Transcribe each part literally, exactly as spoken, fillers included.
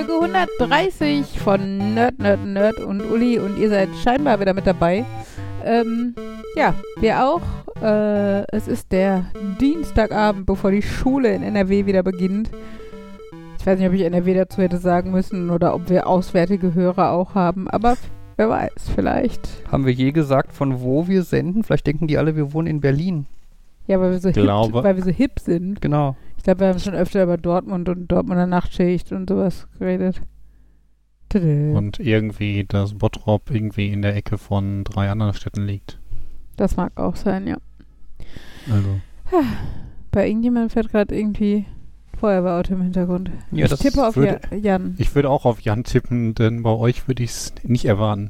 Folge hundertdreißig von Nerd, Nerd, Nerd und Uli und ihr seid scheinbar wieder mit dabei. Ähm, ja, wir auch. Äh, es ist der Dienstagabend, bevor die Schule in N R W wieder beginnt. Ich weiß nicht, ob ich N R W dazu hätte sagen müssen oder ob wir auswärtige Hörer auch haben, aber wer weiß, vielleicht. Haben wir je gesagt, von wo wir senden? Vielleicht denken die alle, wir wohnen in Berlin. Ja, weil wir so, hip, weil wir so hip sind. Genau. Ich glaube, wir haben schon öfter über Dortmund und Dortmunder Nachtschicht und sowas geredet. Tada. Und irgendwie, dass Bottrop irgendwie in der Ecke von drei anderen Städten liegt. Das mag auch sein, ja. Also. Bei irgendjemandem fährt gerade irgendwie Feuerwehrauto im Hintergrund. Ja, ich das tippe auf würde, Jan. Ich würde auch auf Jan tippen, denn bei euch würde ich es nicht erwarten.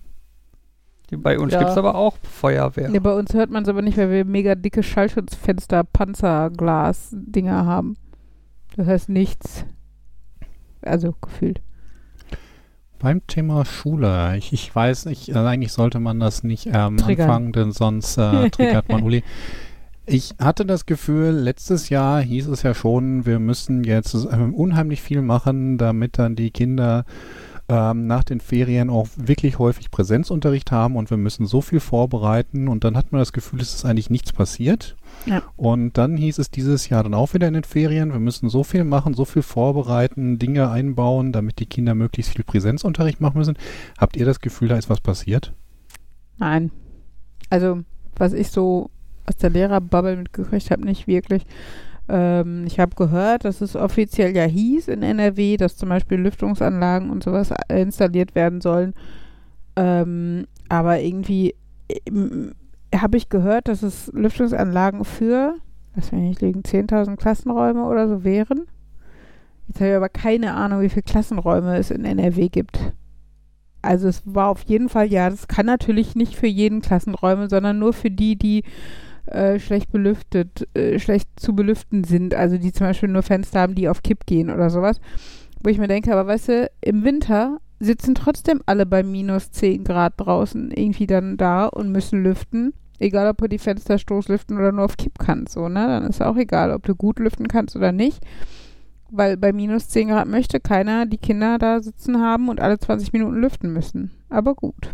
Bei uns Ja. gibt es aber auch Feuerwehr. Nee, bei uns hört man es aber nicht, weil wir mega dicke Schallschutzfenster, Panzerglas-Dinger haben. Das heißt nichts. Also gefühlt. Beim Thema Schule, ich, ich weiß nicht, also eigentlich sollte man das nicht ähm, Triggern. anfangen, denn sonst äh, triggert man Uli. Ich hatte das Gefühl, letztes Jahr hieß es ja schon, wir müssen jetzt ähm, unheimlich viel machen, damit dann die Kinder ähm, nach den Ferien auch wirklich häufig Präsenzunterricht haben und wir müssen so viel vorbereiten und dann hat man das Gefühl, es ist eigentlich nichts passiert. Ja. Und dann hieß es dieses Jahr dann auch wieder in den Ferien, wir müssen so viel machen, so viel vorbereiten, Dinge einbauen, damit die Kinder möglichst viel Präsenzunterricht machen müssen. Habt ihr das Gefühl, da ist was passiert? Nein. Also, was ich so aus der Lehrerbubble mitgekriegt habe, nicht wirklich. Ähm, ich habe gehört, dass es offiziell ja hieß in N R W, dass zum Beispiel Lüftungsanlagen und sowas installiert werden sollen. Ähm, aber irgendwie ähm, habe ich gehört, dass es Lüftungsanlagen für, was will ich nicht liegen, zehntausend Klassenräume oder so wären. Jetzt habe ich aber keine Ahnung, wie viele Klassenräume es in N R W gibt. Also es war auf jeden Fall, ja, das kann natürlich nicht für jeden Klassenräume, sondern nur für die, die äh, schlecht belüftet, äh, schlecht zu belüften sind. Also die zum Beispiel nur Fenster haben, die auf Kipp gehen oder sowas. Wo ich mir denke, aber weißt du, im Winter sitzen trotzdem alle bei minus zehn Grad draußen irgendwie dann da und müssen lüften. Egal, ob du die Fenster stoßlüften oder nur auf Kipp kannst, so, ne? Dann ist auch egal, ob du gut lüften kannst oder nicht. Weil bei minus zehn Grad möchte keiner die Kinder da sitzen haben und alle zwanzig Minuten lüften müssen. Aber gut.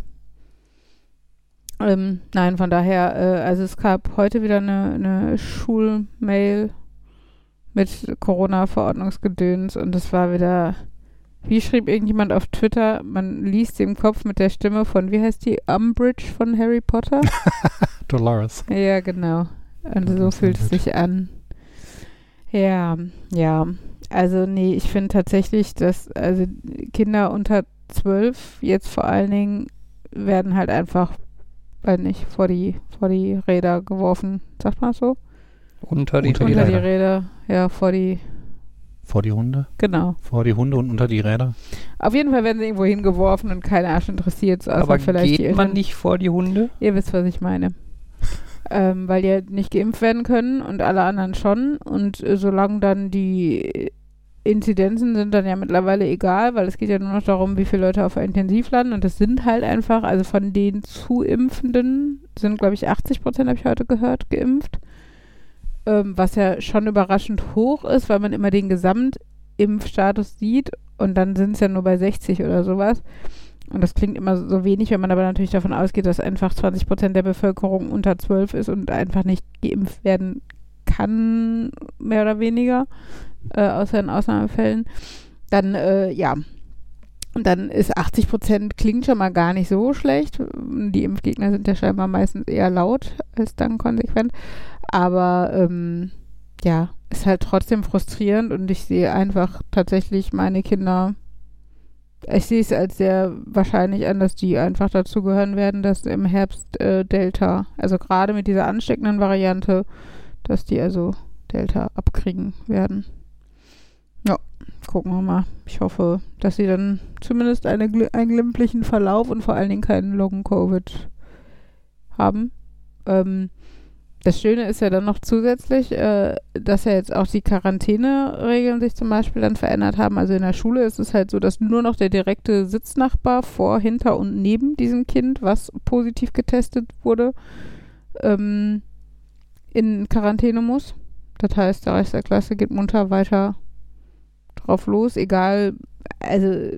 Ähm, nein, von daher, äh, also es gab heute wieder eine, eine Schulmail mit Corona-Verordnungsgedöns und es war wieder, wie schrieb irgendjemand auf Twitter, man liest im Kopf mit der Stimme von, wie heißt die, Umbridge von Harry Potter? Dolores. Ja, genau. Und so fühlt es sich an. Ja, ja. Also nee, ich finde tatsächlich, dass also Kinder unter zwölf jetzt vor allen Dingen werden halt einfach, weiß nicht, vor die, vor die Räder geworfen. Sagt man so? Unter die Unter Räder. Unter die Räder, ja, vor die, Vor die Hunde? genau. Vor die Hunde und unter die Räder? Auf jeden Fall werden sie irgendwo hingeworfen und keiner Arsch interessiert. So, außer Aber vielleicht die geht man Eltern. nicht vor die Hunde? Ihr wisst, was ich meine. ähm, weil die halt nicht geimpft werden können und alle anderen schon. Und äh, solange dann die Inzidenzen sind dann ja mittlerweile egal, weil es geht ja nur noch darum, wie viele Leute auf der Intensiv landen. Und das sind halt einfach, also von den zu Impfenden sind, glaube ich, achtzig Prozent, habe ich heute gehört, geimpft. Ähm, was ja schon überraschend hoch ist, weil man immer den Gesamtimpfstatus sieht. Und dann sind es ja nur bei sechzig oder sowas. Und das klingt immer so wenig, wenn man aber natürlich davon ausgeht, dass einfach zwanzig Prozent der Bevölkerung unter zwölf ist und einfach nicht geimpft werden kann, mehr oder weniger, äh, außer in Ausnahmefällen. Dann, äh, ja, und dann ist achtzig Prozent klingt schon mal gar nicht so schlecht. Die Impfgegner sind ja scheinbar meistens eher laut als dann konsequent. Aber, ähm, ja, ist halt trotzdem frustrierend und ich sehe einfach tatsächlich meine Kinder. Ich sehe es als sehr wahrscheinlich an, dass die einfach dazugehören werden, dass im Herbst äh, Delta, also gerade mit dieser ansteckenden Variante, dass die also Delta abkriegen werden. Ja, gucken wir mal. Ich hoffe, dass sie dann zumindest eine, einen glimpflichen Verlauf und vor allen Dingen keinen Long-Covid haben. Ähm, Das Schöne ist ja dann noch zusätzlich, äh, dass ja jetzt auch die Quarantäneregeln sich zum Beispiel dann verändert haben. Also in der Schule ist es halt so, dass nur noch der direkte Sitznachbar vor, hinter und neben diesem Kind, was positiv getestet wurde, ähm, in Quarantäne muss. Das heißt, der Rest der Klasse geht munter weiter drauf los, egal also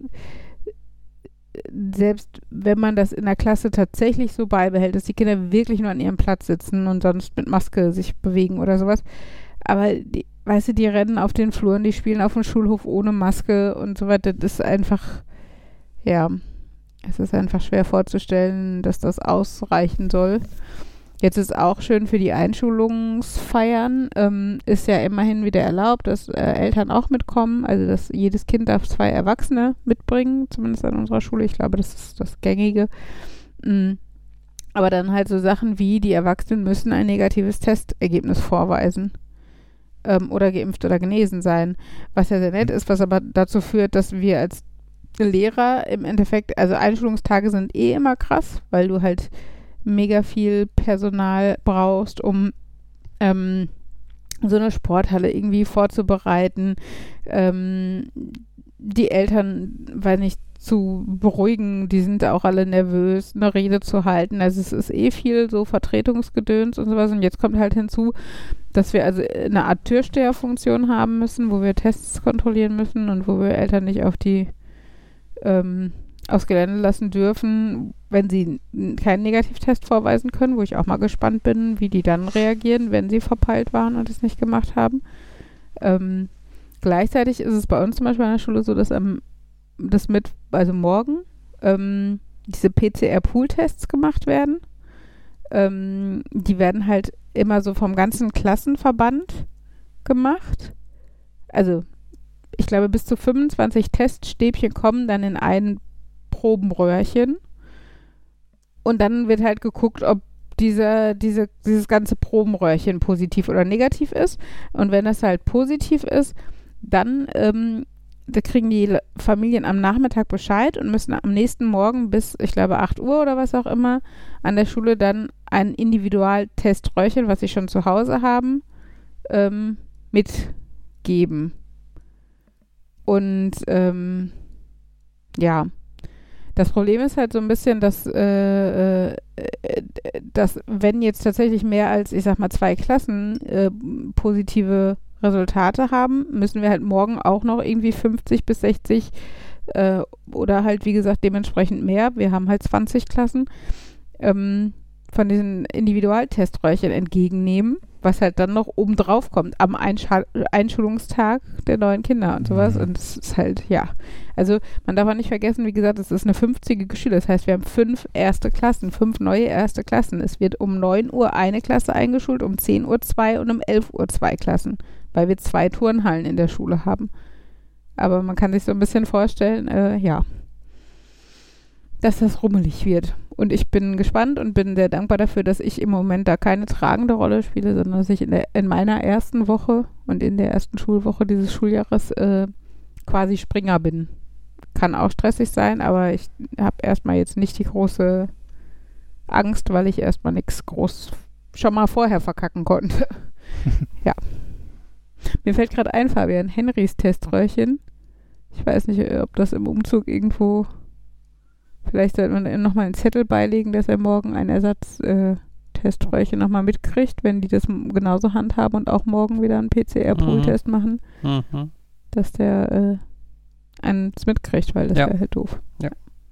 selbst wenn man das in der Klasse tatsächlich so beibehält, dass die Kinder wirklich nur an ihrem Platz sitzen und sonst mit Maske sich bewegen oder sowas, aber die, weißt du, die rennen auf den Fluren, die spielen auf dem Schulhof ohne Maske und so weiter, das ist einfach, ja, es ist einfach schwer vorzustellen, dass das ausreichen soll. Jetzt ist auch schön für die Einschulungsfeiern, ähm, ist ja immerhin wieder erlaubt, dass äh, Eltern auch mitkommen, also dass jedes Kind darf zwei Erwachsene mitbringen, zumindest an unserer Schule, ich glaube, das ist das Gängige. Mhm. Aber dann halt so Sachen wie, die Erwachsenen müssen ein negatives Testergebnis vorweisen ähm, oder geimpft oder genesen sein, was ja sehr nett ist, was aber dazu führt, dass wir als Lehrer im Endeffekt, also Einschulungstage sind eh immer krass, weil du halt mega viel Personal brauchst, um ähm, so eine Sporthalle irgendwie vorzubereiten, ähm, die Eltern, weil nicht zu beruhigen, die sind auch alle nervös, eine Rede zu halten, also es ist eh viel so Vertretungsgedöns und sowas und jetzt kommt halt hinzu, dass wir also eine Art Türsteherfunktion haben müssen, wo wir Tests kontrollieren müssen und wo wir Eltern nicht auf die ähm, aufs Gelände lassen dürfen, wenn sie keinen Negativtest vorweisen können, wo ich auch mal gespannt bin, wie die dann reagieren, wenn sie verpeilt waren und es nicht gemacht haben. Ähm, gleichzeitig ist es bei uns zum Beispiel an der Schule so, dass am das mit, also morgen ähm, diese P C R-Pool-Tests gemacht werden. Ähm, die werden halt immer so vom ganzen Klassenverband gemacht. Also ich glaube, bis zu fünfundzwanzig Teststäbchen kommen dann in ein Probenröhrchen und dann wird halt geguckt, ob dieser, diese, dieses ganze Probenröhrchen positiv oder negativ ist und wenn das halt positiv ist, dann ähm, da kriegen die Familien am Nachmittag Bescheid und müssen am nächsten Morgen bis, ich glaube, acht Uhr oder was auch immer, an der Schule dann ein Individualteströhrchen, was sie schon zu Hause haben, ähm, mitgeben. Und ähm, ja, das Problem ist halt so ein bisschen, dass, äh, äh, dass wenn jetzt tatsächlich mehr als, ich sag mal, zwei Klassen äh, positive Resultate haben, müssen wir halt morgen auch noch irgendwie fünfzig bis sechzig äh, oder halt, wie gesagt, dementsprechend mehr, wir haben halt zwanzig Klassen, ähm, von diesen Individualteströhrchen entgegennehmen, was halt dann noch oben drauf kommt am Einscha- Einschulungstag der neuen Kinder und sowas. Und es ist halt, ja, also man darf auch nicht vergessen, wie gesagt, es ist eine fünfzigige Schule. Das heißt, wir haben fünf erste Klassen, fünf neue erste Klassen. Es wird um neun Uhr eine Klasse eingeschult, um zehn Uhr zwei und um elf Uhr zwei Klassen, weil wir zwei Turnhallen in der Schule haben. Aber man kann sich so ein bisschen vorstellen, äh, ja, dass das rummelig wird. Und ich bin gespannt und bin sehr dankbar dafür, dass ich im Moment da keine tragende Rolle spiele, sondern dass ich in, der, in meiner ersten Woche und in der ersten Schulwoche dieses Schuljahres äh, quasi Springer bin. Kann auch stressig sein, aber ich habe erstmal jetzt nicht die große Angst, weil ich erstmal nichts groß schon mal vorher verkacken konnte. Ja. Mir fällt gerade ein, Fabian, Henrys Teströhrchen. Ich weiß nicht, ob das im Umzug irgendwo... Vielleicht sollte man nochmal einen Zettel beilegen, dass er morgen ein Ersatz-Teströhrchen nochmal mitkriegt, wenn die das m- genauso handhaben und auch morgen wieder einen P C R-Pool-Test mhm. machen, mhm. dass der äh, eins mitkriegt, weil das wäre ja. halt doof. Ja.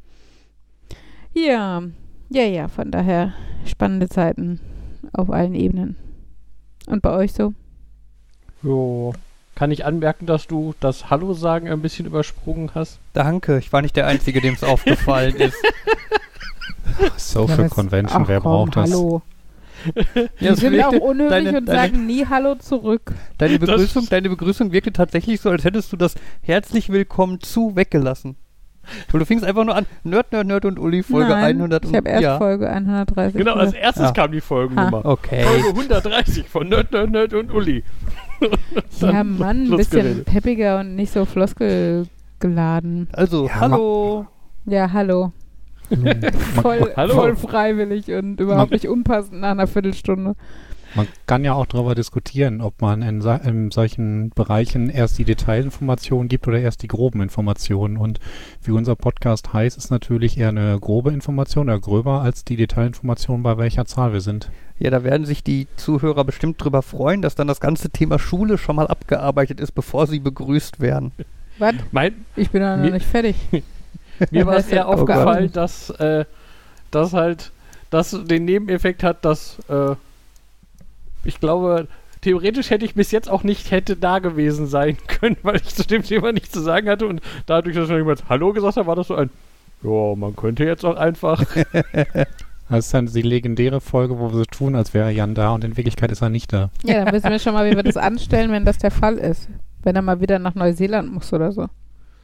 ja, ja, ja, von daher spannende Zeiten auf allen Ebenen. Und bei euch so? Jo. Kann ich anmerken, dass du das Hallo sagen ein bisschen übersprungen hast? Danke, ich war nicht der Einzige, dem es aufgefallen ist. Social ja, Convention, wer komm, braucht das? Hallo. Ja, die sind auch unhöflich deine, und deine, sagen nie Hallo zurück. Deine Begrüßung, deine Begrüßung wirkte tatsächlich so, als hättest du das herzlich willkommen zu weggelassen. Und du fingst einfach nur an, Nerd, Nerd, Nerd und Uli, Folge Nein, hundert. ich habe erst ja. Folge hundertdreißig. Genau, als erstes ja. kam die Folgennummer. Okay. Folge hundertdreißig von Nerd, Nerd, Nerd und Uli. Ja, Mann, ein bisschen peppiger und nicht so floskelgeladen. Also, ja, hallo. Ja, hallo. voll, hallo. voll freiwillig und überhaupt nicht unpassend nach einer Viertelstunde. Man kann ja auch darüber diskutieren, ob man in, in solchen Bereichen erst die Detailinformationen gibt oder erst die groben Informationen. Und wie unser Podcast heißt, ist natürlich eher eine grobe Information oder gröber als die Detailinformation, bei welcher Zahl wir sind. Ja, da werden sich die Zuhörer bestimmt drüber freuen, dass dann das ganze Thema Schule schon mal abgearbeitet ist, bevor sie begrüßt werden. Was? Mein, Ich bin da noch Mir- nicht fertig. mir war es Das eher hat aufgefallen, aufgehört. dass äh, das halt, das den Nebeneffekt hat, dass äh, ich glaube, theoretisch hätte ich bis jetzt auch nicht hätte da gewesen sein können, weil ich zu dem Thema nichts zu sagen hatte und dadurch, dass schon jemand Hallo gesagt hat, war das so ein, ja, man könnte jetzt auch einfach. Das ist dann die legendäre Folge, wo wir so tun, als wäre Jan da und in Wirklichkeit ist er nicht da. Ja, dann wissen wir schon mal, wie wir das anstellen, wenn das der Fall ist. Wenn er mal wieder nach Neuseeland muss oder so.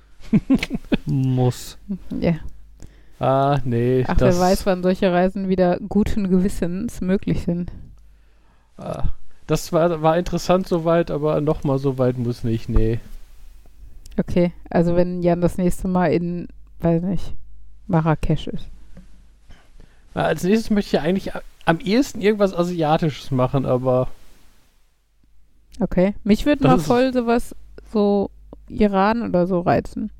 Muss. Ja. Ah, nee. Ach, das, wer weiß, wann solche Reisen wieder guten Gewissens möglich sind. Ah, das war, war interessant soweit, aber nochmal so weit muss nicht, nee. Okay, also wenn Jan das nächste Mal in, weiß nicht, Marrakesch ist. Ah, als nächstes möchte ich ja eigentlich a- am ehesten irgendwas Asiatisches machen, aber Okay. Mich würde Das mal ist- voll sowas, so Iran oder so reizen.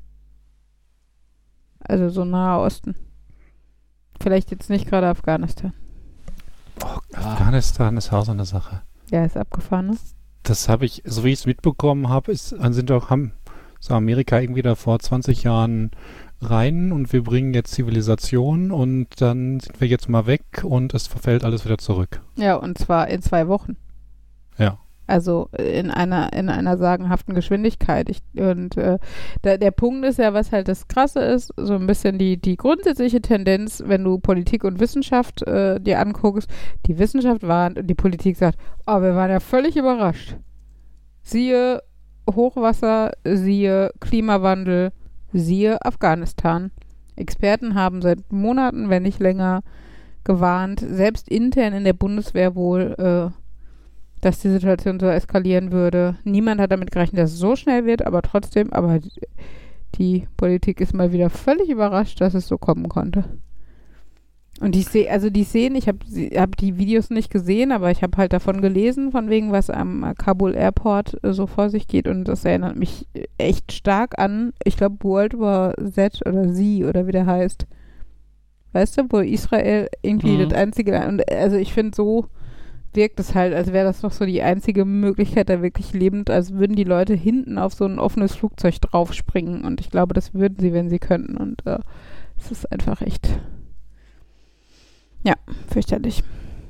Also so Nahe Osten. Vielleicht jetzt nicht gerade Afghanistan. Oh, Afghanistan ist auch so eine Sache. Ja, ist abgefahren, ne? Das habe ich, so wie ich es mitbekommen habe, ist, sind doch, haben so Amerika irgendwie da vor zwanzig Jahren rein und wir bringen jetzt Zivilisation und dann sind wir jetzt mal weg und es verfällt alles wieder zurück. Ja, und zwar in zwei Wochen. Ja. Also in einer in einer sagenhaften Geschwindigkeit. Ich, und äh, da, der Punkt ist ja, was halt das Krasse ist, so ein bisschen die, die grundsätzliche Tendenz, wenn du Politik und Wissenschaft äh, dir anguckst, die Wissenschaft warnt und die Politik sagt, oh, wir waren ja völlig überrascht. Siehe Hochwasser, siehe Klimawandel, siehe Afghanistan. Experten haben seit Monaten, wenn nicht länger, gewarnt, selbst intern in der Bundeswehr wohl, äh, dass die Situation so eskalieren würde. Niemand hat damit gerechnet, dass es so schnell wird, aber trotzdem, aber die, die Politik ist mal wieder völlig überrascht, dass es so kommen konnte. Und ich sehe, also die Szenen, ich habe hab die Videos nicht gesehen, aber ich habe halt davon gelesen, von wegen, was am äh, Kabul Airport äh, so vor sich geht und das erinnert mich echt stark an, ich glaube, World War Z oder Z oder wie der heißt. Weißt du, wo Israel irgendwie Mhm. das einzige, und also ich finde, so wirkt es halt, als wäre das doch so die einzige Möglichkeit, da wirklich lebend, als würden die Leute hinten auf so ein offenes Flugzeug draufspringen und ich glaube, das würden sie, wenn sie könnten und äh, es ist einfach echt, ja, fürchterlich.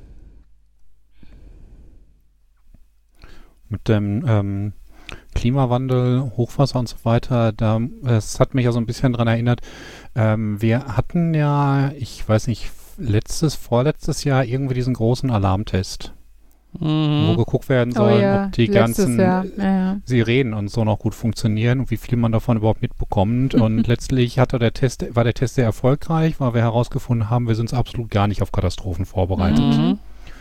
Mit dem ähm, Klimawandel, Hochwasser und so weiter, da, es hat mich ja so ein bisschen dran erinnert, ähm, wir hatten ja, ich weiß nicht, letztes, vorletztes Jahr irgendwie diesen großen Alarmtest, wo Mhm. geguckt werden Oh soll, ja, ob die letztes ganzen Jahr. Ja, ja. Sirenen und so noch gut funktionieren und wie viel man davon überhaupt mitbekommt. Und letztlich hatte der Test, war der Test sehr erfolgreich, weil wir herausgefunden haben, wir sind absolut gar nicht auf Katastrophen vorbereitet. Mhm.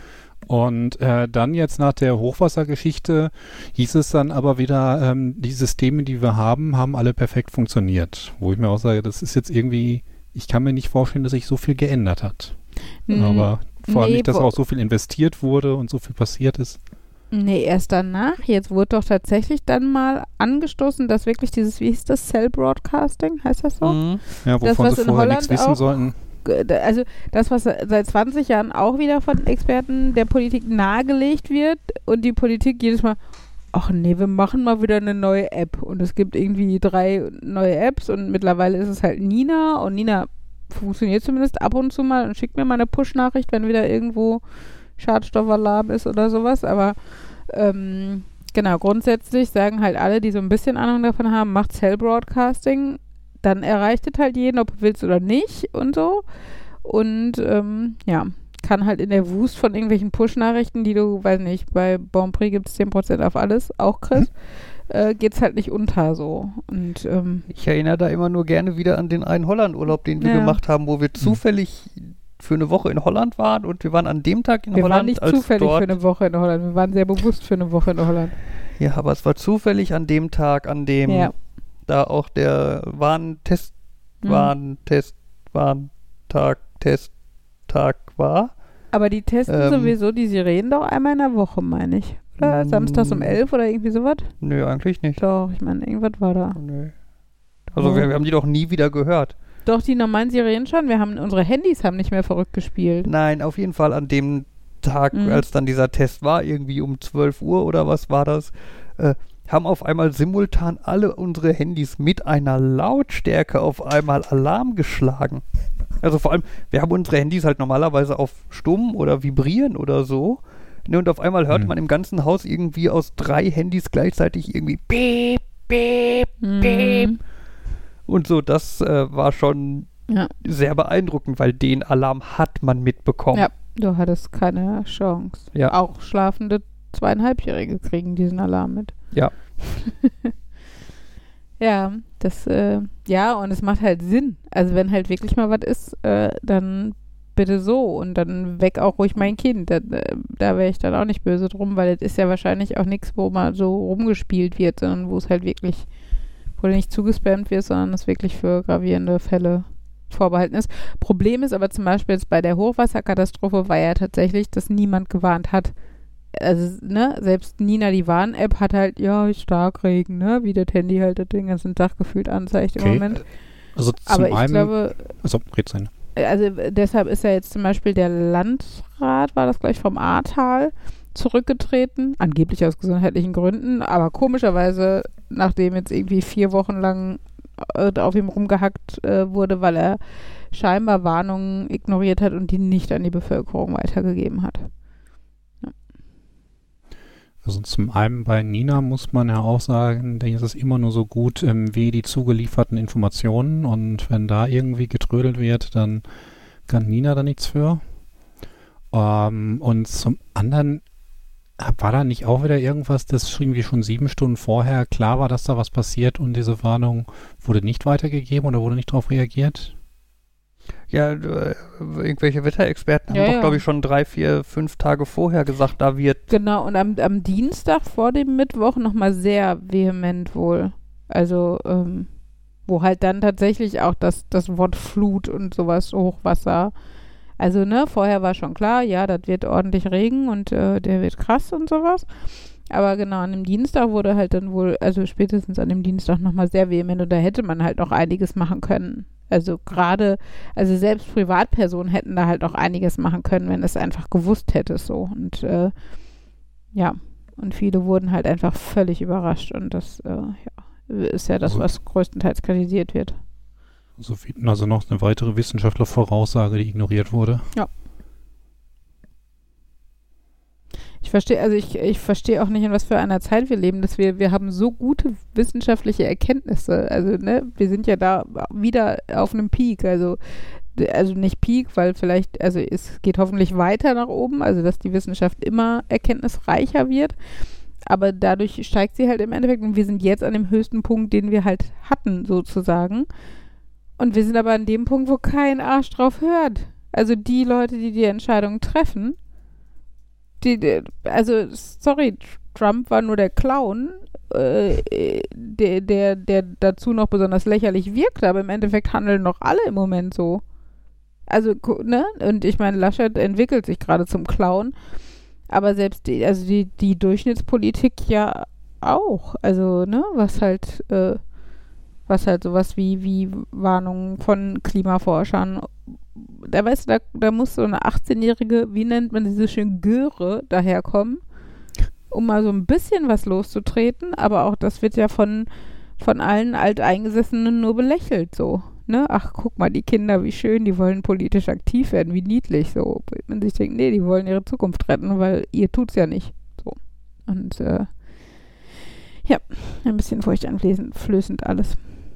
Und äh, dann jetzt nach der Hochwassergeschichte hieß es dann aber wieder, ähm, die Systeme, die wir haben, haben alle perfekt funktioniert. Wo ich mir auch sage, das ist jetzt irgendwie, ich kann mir nicht vorstellen, dass sich so viel geändert hat. Hm, Aber vor allem nee, nicht, dass wo- auch so viel investiert wurde und so viel passiert ist. Nee, erst danach. Jetzt wurde doch tatsächlich dann mal angestoßen, dass wirklich dieses, wie hieß das, Cell Broadcasting, heißt das so? Mhm. Ja, Das, wovon was sie in vorher Holland nichts wissen auch- sollten. G- da- Also das, was seit zwanzig Jahren auch wieder von Experten der Politik nahegelegt wird und die Politik jedes Mal, ach nee, wir machen mal wieder eine neue App und es gibt irgendwie drei neue Apps und mittlerweile ist es halt Nina und Nina funktioniert zumindest ab und zu mal und schickt mir mal eine Push-Nachricht, wenn wieder irgendwo Schadstoffalarm ist oder sowas, aber ähm, genau, grundsätzlich sagen halt alle, die so ein bisschen Ahnung davon haben, macht Cell Broadcasting, dann erreicht es halt jeden, ob du willst oder nicht und so. Und ähm, ja, kann halt in der Wust von irgendwelchen Push-Nachrichten, die du, weiß nicht, bei Bon Prix gibt es zehn Prozent auf alles, auch kriegst, äh, geht's halt nicht unter so. Und ähm, Ich erinnere da immer nur gerne wieder an den einen Holland-Urlaub, den wir Ja. gemacht haben, wo wir zufällig für eine Woche in Holland waren und wir waren an dem Tag in wir Holland, waren nicht als zufällig dort, für eine Woche in Holland, wir waren sehr bewusst für eine Woche in Holland. Ja, aber es war zufällig an dem Tag, an dem Ja. da auch der Warntest, Mhm. Warntest, Warntag, Testtag war. Aber die testen Ähm, sowieso die Sirenen doch einmal in der Woche, meine ich. Oder? Mm. Samstags um elf oder irgendwie sowas? Nö, eigentlich nicht. Doch, ich meine, irgendwas war da. Nö. Also Oh. wir, wir haben die doch nie wieder gehört. Doch, die normalen Sirenen schon. Wir haben, unsere Handys haben nicht mehr verrückt gespielt. Nein, auf jeden Fall an dem Tag, Mhm. als dann dieser Test war, irgendwie um zwölf Uhr oder was war das, äh, haben auf einmal simultan alle unsere Handys mit einer Lautstärke auf einmal Alarm geschlagen. Also vor allem, wir haben unsere Handys halt normalerweise auf stumm oder vibrieren oder so. Ne, und auf einmal hört Hm. man im ganzen Haus irgendwie aus drei Handys gleichzeitig irgendwie piep, piep, piep. Mhm. Und so, das äh, war schon Ja. sehr beeindruckend, weil den Alarm hat man mitbekommen. Ja, du hattest keine Chance. Ja. Auch schlafende Zweieinhalbjährige kriegen diesen Alarm mit. Ja. Ja, das, äh, ja, und es macht halt Sinn. Also wenn halt wirklich mal was ist, äh, dann bitte so und dann weck auch ruhig mein Kind. Da, äh, da wäre ich dann auch nicht böse drum, weil es ist ja wahrscheinlich auch nichts, wo mal so rumgespielt wird, sondern wo es halt wirklich, wo du nicht zugespammt wird, sondern es wirklich für gravierende Fälle vorbehalten ist. Problem ist aber zum Beispiel jetzt bei der Hochwasserkatastrophe war ja tatsächlich, dass niemand gewarnt hat. Also, ne, selbst Nina, die Warn-App, hat halt, ja, Starkregen, ne, wie das Handy halt das den ganzen Tag gefühlt anzeigt im Okay. Moment. Also zum Aber ich einen, glaube, also red sein. also deshalb ist ja jetzt zum Beispiel der Landrat, war das gleich vom Ahrtal, zurückgetreten, angeblich aus gesundheitlichen Gründen, aber komischerweise, nachdem jetzt irgendwie vier Wochen lang äh, auf ihm rumgehackt äh, wurde, weil er scheinbar Warnungen ignoriert hat und die nicht an die Bevölkerung weitergegeben hat. Also zum einen bei Nina muss man ja auch sagen, da ist es immer nur so gut ähm, wie die zugelieferten Informationen und wenn da irgendwie getrödelt wird, dann kann Nina da nichts für. Ähm, und zum anderen war da nicht auch wieder irgendwas, das irgendwie schon sieben Stunden vorher klar war, dass da was passiert und diese Warnung wurde nicht weitergegeben oder wurde nicht darauf reagiert? Ja, äh, irgendwelche Wetterexperten Ja, haben doch, ja. glaube ich, schon drei, vier, fünf Tage vorher gesagt, da wird. Genau, und am, am Dienstag vor dem Mittwoch nochmal sehr vehement wohl. Also, ähm, wo halt dann tatsächlich auch das, das Wort Flut und sowas, Hochwasser. Also, ne, vorher war schon klar, ja, das wird ordentlich Regen und äh, der wird krass und sowas. Aber genau, an dem Dienstag wurde halt dann wohl, also spätestens an dem Dienstag nochmal sehr vehement und da hätte man halt noch einiges machen können. Also gerade, also selbst Privatpersonen hätten da halt auch einiges machen können, wenn es einfach gewusst hätte so. Und äh, ja, und viele wurden halt einfach völlig überrascht und das äh, ja, ist ja das, Also- was größtenteils kritisiert wird. So viel, also noch eine weitere Wissenschaftlervoraussage, die ignoriert wurde. Ich verstehe, also ich, ich verstehe auch nicht, in was für einer Zeit wir leben, dass wir, wir haben so gute wissenschaftliche Erkenntnisse. Also, ne, wir sind ja da wieder auf einem Peak. Also, d- also nicht Peak, weil vielleicht, also es geht hoffentlich weiter nach oben, also dass die Wissenschaft immer erkenntnisreicher wird. Aber dadurch steigt sie halt im Endeffekt und wir sind jetzt an dem höchsten Punkt, den wir halt hatten, sozusagen. Und wir sind aber an dem Punkt, wo kein Arsch drauf hört. Also die Leute, die die Entscheidungen treffen, die, die, also, sorry, Trump war nur der Clown, äh, der, der, der dazu noch besonders lächerlich wirkte, aber im Endeffekt handeln doch alle im Moment so. Also, gu- ne? Und ich meine, Laschet entwickelt sich gerade zum Clown, aber selbst die, also die, die Durchschnittspolitik ja auch. Also, ne, was halt, äh, was halt sowas wie, wie Warnungen von Klimaforschern, da weißt du, da, da muss so eine achtzehnjährige, wie nennt man diese schön Göre daherkommen, um mal so ein bisschen was loszutreten, aber auch das wird ja von, von allen Alteingesessenen nur belächelt, so, ne, ach, guck mal, die Kinder, wie schön, die wollen politisch aktiv werden, wie niedlich, so, man sich denkt, nee, die wollen ihre Zukunft retten, weil ihr tut's ja nicht, so, und, äh, ja, ein bisschen furchteinflößend alles.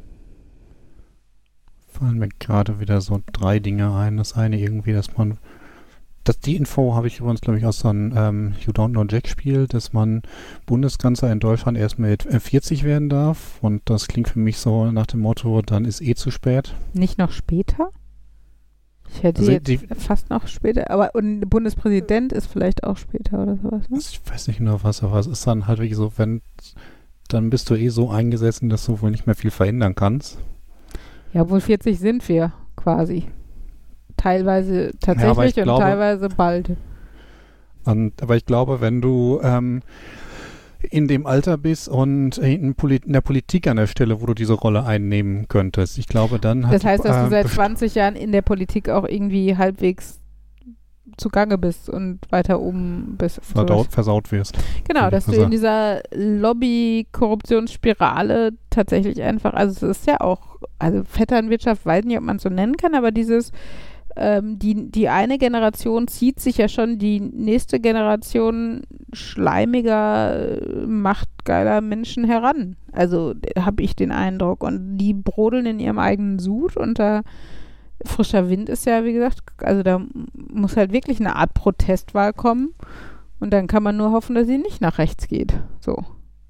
Fallen mir gerade wieder so drei Dinge ein. Das eine irgendwie, dass man, dass die Info habe ich übrigens, glaube ich, aus so einem ähm, You Don't Know Jack Spiel, dass man Bundeskanzler in Deutschland erst mit äh, vierzig werden darf. Und das klingt für mich so nach dem Motto, dann ist eh zu spät. Nicht noch später? Ich hätte Also jetzt die- fast noch später, aber und Bundespräsident ist vielleicht auch später oder sowas, ne? Also ich weiß nicht genau was, aber es ist dann halt wirklich so, wenn, dann bist du eh so eingesessen, dass du wohl nicht mehr viel verändern kannst. Ja, wohl vierzig sind wir quasi. Teilweise tatsächlich aber ich und glaube- teilweise bald. Und, aber ich glaube, wenn du ähm, in dem Alter bist und in, Poli- in der Politik an der Stelle, wo du diese Rolle einnehmen könntest, ich glaube, dann hat Das heißt, dass äh, du seit best- zwanzig Jahren in der Politik auch irgendwie halbwegs zugange bist und weiter oben bist. Verdaut, versaut wirst. Genau, dass du in dieser Lobby-Korruptionsspirale tatsächlich einfach, also es ist ja auch, also Vetternwirtschaft, weiß nicht, ob man es so nennen kann, aber dieses, ähm, die, die eine Generation zieht sich ja schon die nächste Generation schleimiger, machtgeiler Menschen heran. Also habe ich den Eindruck. Und die brodeln in ihrem eigenen Sud und da frischer Wind ist ja, wie gesagt, also da muss halt wirklich eine Art Protestwahl kommen und dann kann man nur hoffen, dass sie nicht nach rechts geht. So.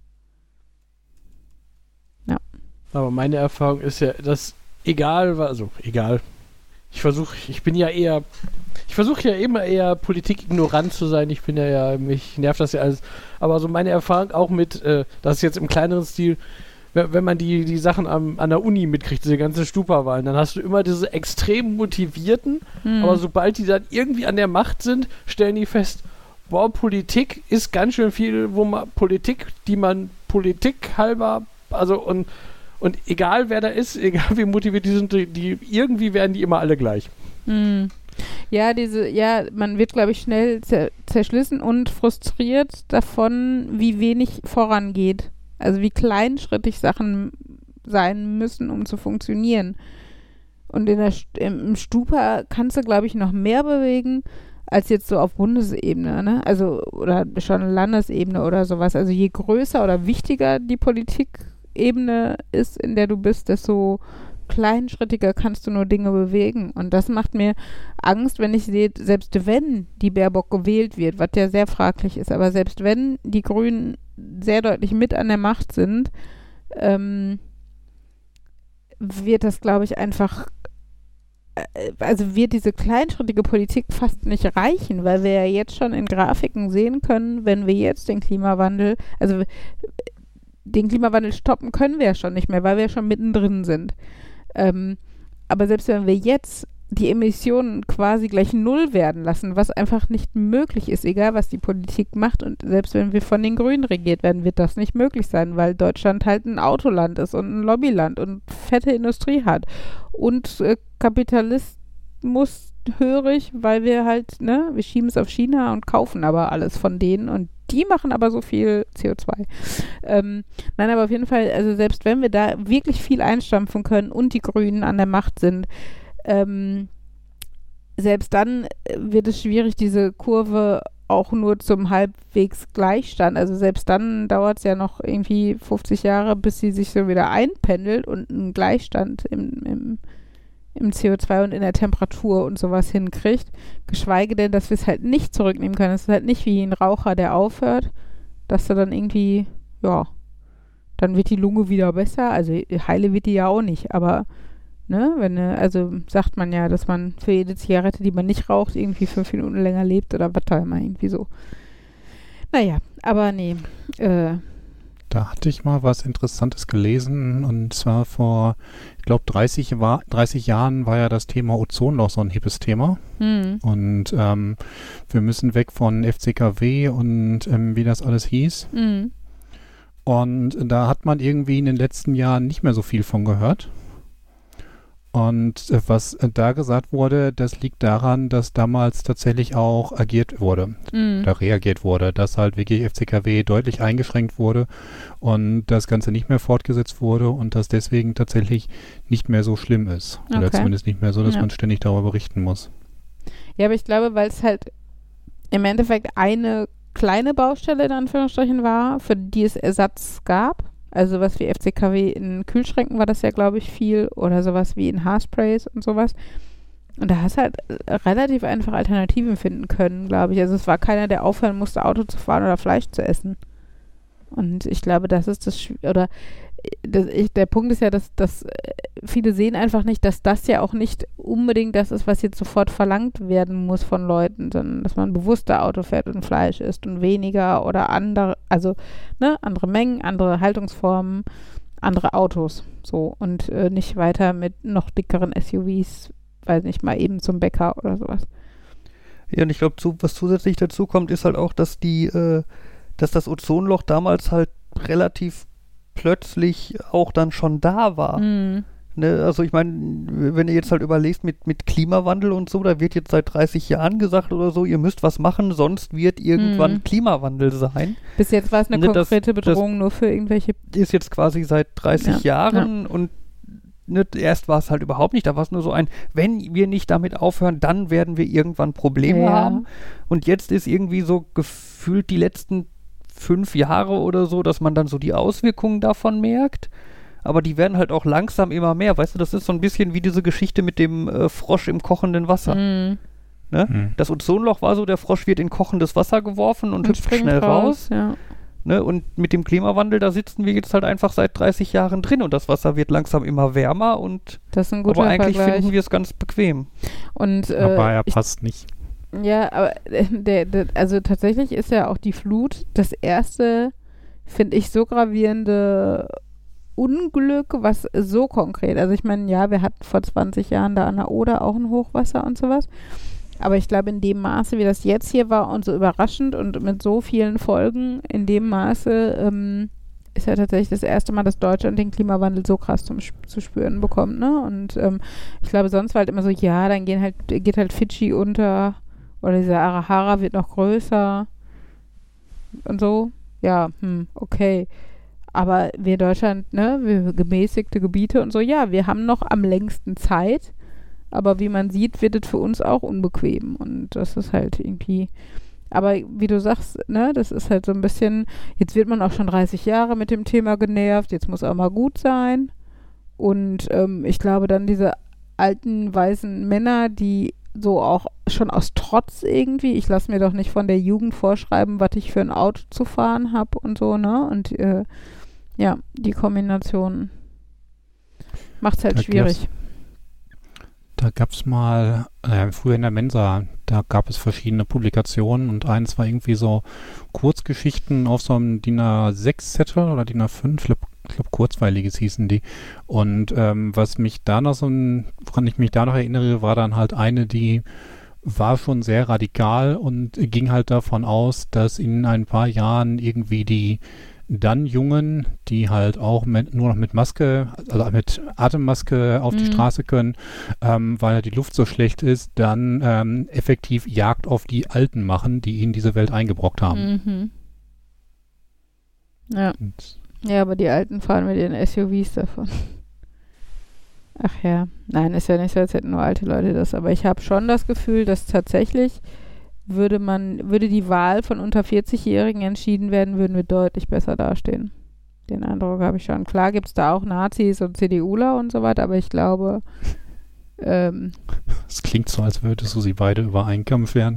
Ja. Aber meine Erfahrung ist ja, dass egal, also egal, ich versuche, ich bin ja eher, ich versuche ja immer eher politikignorant zu sein, ich bin ja, ja, mich nervt das ja alles, aber so meine Erfahrung auch mit, äh, das ist jetzt im kleineren Stil, wenn man die, die Sachen am, an der Uni mitkriegt, diese ganzen Stupa-Wahlen, dann hast du immer diese extrem motivierten, mhm. aber sobald die dann irgendwie an der Macht sind, stellen die fest, boah, Politik ist ganz schön viel, wo man Politik, die man Politik halber, also und, und egal wer da ist, egal wie motiviert die sind, die, die irgendwie werden die immer alle gleich. Mhm. Ja, diese, ja, man wird, glaube ich, schnell zer- zerschlissen und frustriert davon, wie wenig vorangeht. Also wie kleinschrittig Sachen sein müssen, um zu funktionieren. Und in der, im Stupa kannst du, glaube ich, noch mehr bewegen, als jetzt so auf Bundesebene, ne? Also, oder schon Landesebene oder sowas. Also je größer oder wichtiger die Politikebene ist, in der du bist, desto kleinschrittiger kannst du nur Dinge bewegen. Und das macht mir Angst, wenn ich sehe, selbst wenn die Baerbock gewählt wird, was ja sehr fraglich ist, aber selbst wenn die Grünen sehr deutlich mit an der Macht sind, ähm, wird das, glaube ich, einfach, äh, also wird diese kleinschrittige Politik fast nicht reichen, weil wir ja jetzt schon in Grafiken sehen können, wenn wir jetzt den Klimawandel, also den Klimawandel stoppen können wir ja schon nicht mehr, weil wir ja schon mittendrin sind. Ähm, aber selbst wenn wir jetzt die Emissionen quasi gleich null werden lassen, was einfach nicht möglich ist, egal was die Politik macht, und selbst wenn wir von den Grünen regiert werden, wird das nicht möglich sein, weil Deutschland halt ein Autoland ist und ein Lobbyland und fette Industrie hat und äh, Kapitalismus hörig, weil wir halt, ne, wir schieben es auf China und kaufen aber alles von denen und die machen aber so viel C O zwei. Ähm, nein, aber auf jeden Fall, also selbst wenn wir da wirklich viel einstampfen können und die Grünen an der Macht sind, ähm, selbst dann wird es schwierig, diese Kurve auch nur zum halbwegs Gleichstand, also selbst dann dauert es ja noch irgendwie fünfzig Jahre, bis sie sich so wieder einpendelt und einen Gleichstand im, im im C O zwei und in der Temperatur und sowas hinkriegt, geschweige denn, dass wir es halt nicht zurücknehmen können. Es ist halt nicht wie ein Raucher, der aufhört, dass er dann irgendwie, ja, dann wird die Lunge wieder besser, also heile wird die ja auch nicht, aber, ne, wenn, also sagt man ja, dass man für jede Zigarette, die man nicht raucht, irgendwie fünf Minuten länger lebt oder was da immer, irgendwie so. Naja, aber nee, äh, Da hatte ich mal was Interessantes gelesen, und zwar vor, ich glaube, dreißig, dreißig Jahren war ja das Thema Ozonloch so ein hippes Thema. hm. Und ähm, wir müssen weg von F C K W und ähm, wie das alles hieß. Hm. Und da hat man irgendwie in den letzten Jahren nicht mehr so viel von gehört. Und äh, was äh, da gesagt wurde, das liegt daran, dass damals tatsächlich auch agiert wurde, Mhm. oder reagiert wurde, dass halt wirklich F C K W deutlich eingeschränkt wurde und das Ganze nicht mehr fortgesetzt wurde und das deswegen tatsächlich nicht mehr so schlimm ist. Oder Okay. zumindest nicht mehr so, dass Ja. man ständig darüber berichten muss. Ja, aber ich glaube, weil es halt im Endeffekt eine kleine Baustelle in Anführungsstrichen war, für die es Ersatz gab. Also was wie F C K W in Kühlschränken war das ja, glaube ich, viel. Oder sowas wie in Haarsprays und sowas. Und da hast du halt äh, relativ einfach Alternativen finden können, glaube ich. Also es war keiner, der aufhören musste, Auto zu fahren oder Fleisch zu essen. Und ich glaube, das ist das, Schw- oder äh, das, ich, der Punkt ist ja, dass, dass äh, viele sehen einfach nicht, dass das ja auch nicht unbedingt das ist, was jetzt sofort verlangt werden muss von Leuten, sondern dass man bewusster Auto fährt und Fleisch isst und weniger oder andere, also ne, andere Mengen, andere Haltungsformen, andere Autos, so, und äh, nicht weiter mit noch dickeren S U Vs, weiß nicht, mal eben zum Bäcker oder sowas. Ja, und ich glaube, zu, was zusätzlich dazu kommt, ist halt auch, dass die, äh, dass das Ozonloch damals halt relativ plötzlich auch dann schon da war. Mhm. Ne, also ich meine, wenn ihr jetzt halt überlegst mit, mit Klimawandel und so, da wird jetzt seit dreißig Jahren gesagt oder so, ihr müsst was machen, sonst wird irgendwann Mhm. Klimawandel sein. Bis jetzt war es eine Ne, das- konkrete das- Bedrohung nur für irgendwelche. Ist jetzt quasi seit dreißig Ja, Jahren und ne, erst war es halt überhaupt nicht, da war es nur so ein, wenn wir nicht damit aufhören, dann werden wir irgendwann Probleme Ja. haben. Und jetzt ist irgendwie so gefühlt die letzten fünf Jahre oder so, dass man dann so die Auswirkungen davon merkt. Aber die werden halt auch langsam immer mehr. Weißt du, das ist so ein bisschen wie diese Geschichte mit dem äh, Frosch im kochenden Wasser. Mhm. Ne? Mhm. Das Ozonloch war so, der Frosch wird in kochendes Wasser geworfen und, Und hüpft springt schnell raus. Ja. Ne? Und mit dem Klimawandel, da sitzen wir jetzt halt einfach seit dreißig Jahren drin und das Wasser wird langsam immer wärmer und Das ist ein guter aber eigentlich Vergleich. finden wir es ganz bequem. Und äh, Aber er ich, passt nicht. ja, aber äh, der, der, also tatsächlich ist ja auch die Flut das erste, finde ich, so gravierende Unglück, was so konkret, also ich meine, ja, wir hatten vor zwanzig Jahren da an der Oder auch ein Hochwasser und sowas, aber ich glaube in dem Maße, wie das jetzt hier war und so überraschend und mit so vielen Folgen, in dem Maße ähm, ist ja tatsächlich das erste Mal, dass Deutschland den Klimawandel so krass zum, zu spüren bekommt, ne? Und ähm, ich glaube, sonst war halt immer so, ja, dann gehen halt, geht halt Fidschi unter oder dieser Arahara wird noch größer und so. Ja, hm, okay. Aber wir Deutschland, ne, wir gemäßigte Gebiete und so, ja, wir haben noch am längsten Zeit, aber wie man sieht, wird es für uns auch unbequem und das ist halt irgendwie, aber wie du sagst, ne, das ist halt so ein bisschen, jetzt wird man auch schon dreißig Jahre mit dem Thema genervt, jetzt muss auch mal gut sein und ähm, ich glaube dann diese alten weißen Männer, die so auch schon aus Trotz irgendwie, ich lasse mir doch nicht von der Jugend vorschreiben, was ich für ein Auto zu fahren habe und so, ne, und äh, ja, die Kombination macht es halt Da schwierig. Da gab es mal, äh, früher in der Mensa, da gab es verschiedene Publikationen und eins war irgendwie so Kurzgeschichten auf so einem D I N A sechs Zettel oder D I N A fünf, ich glaube glaub, kurzweiliges hießen die. Und ähm, was mich da noch so, ein, woran ich mich da noch erinnere, war dann halt eine, die war schon sehr radikal und ging halt davon aus, dass in ein paar Jahren irgendwie die dann Jungen, die halt auch mit, nur noch mit Maske, also mit Atemmaske auf die Mhm. Straße können, ähm, weil die Luft so schlecht ist, dann ähm, effektiv Jagd auf die Alten machen, die ihnen diese Welt eingebrockt haben. Mhm. Ja. Und Ja, aber die Alten fahren mit ihren S U Vs davon. Ach ja, nein, ist ja nicht so, als hätten nur alte Leute das, aber ich habe schon das Gefühl, dass tatsächlich würde man, würde die Wahl von unter vierzig-Jährigen entschieden werden, würden wir deutlich besser dastehen. Den Eindruck habe ich schon. Klar gibt es da auch Nazis und CDUler und so weiter, aber ich glaube, ähm, es klingt so, als würdest du sie beide über einen Kamm scheren.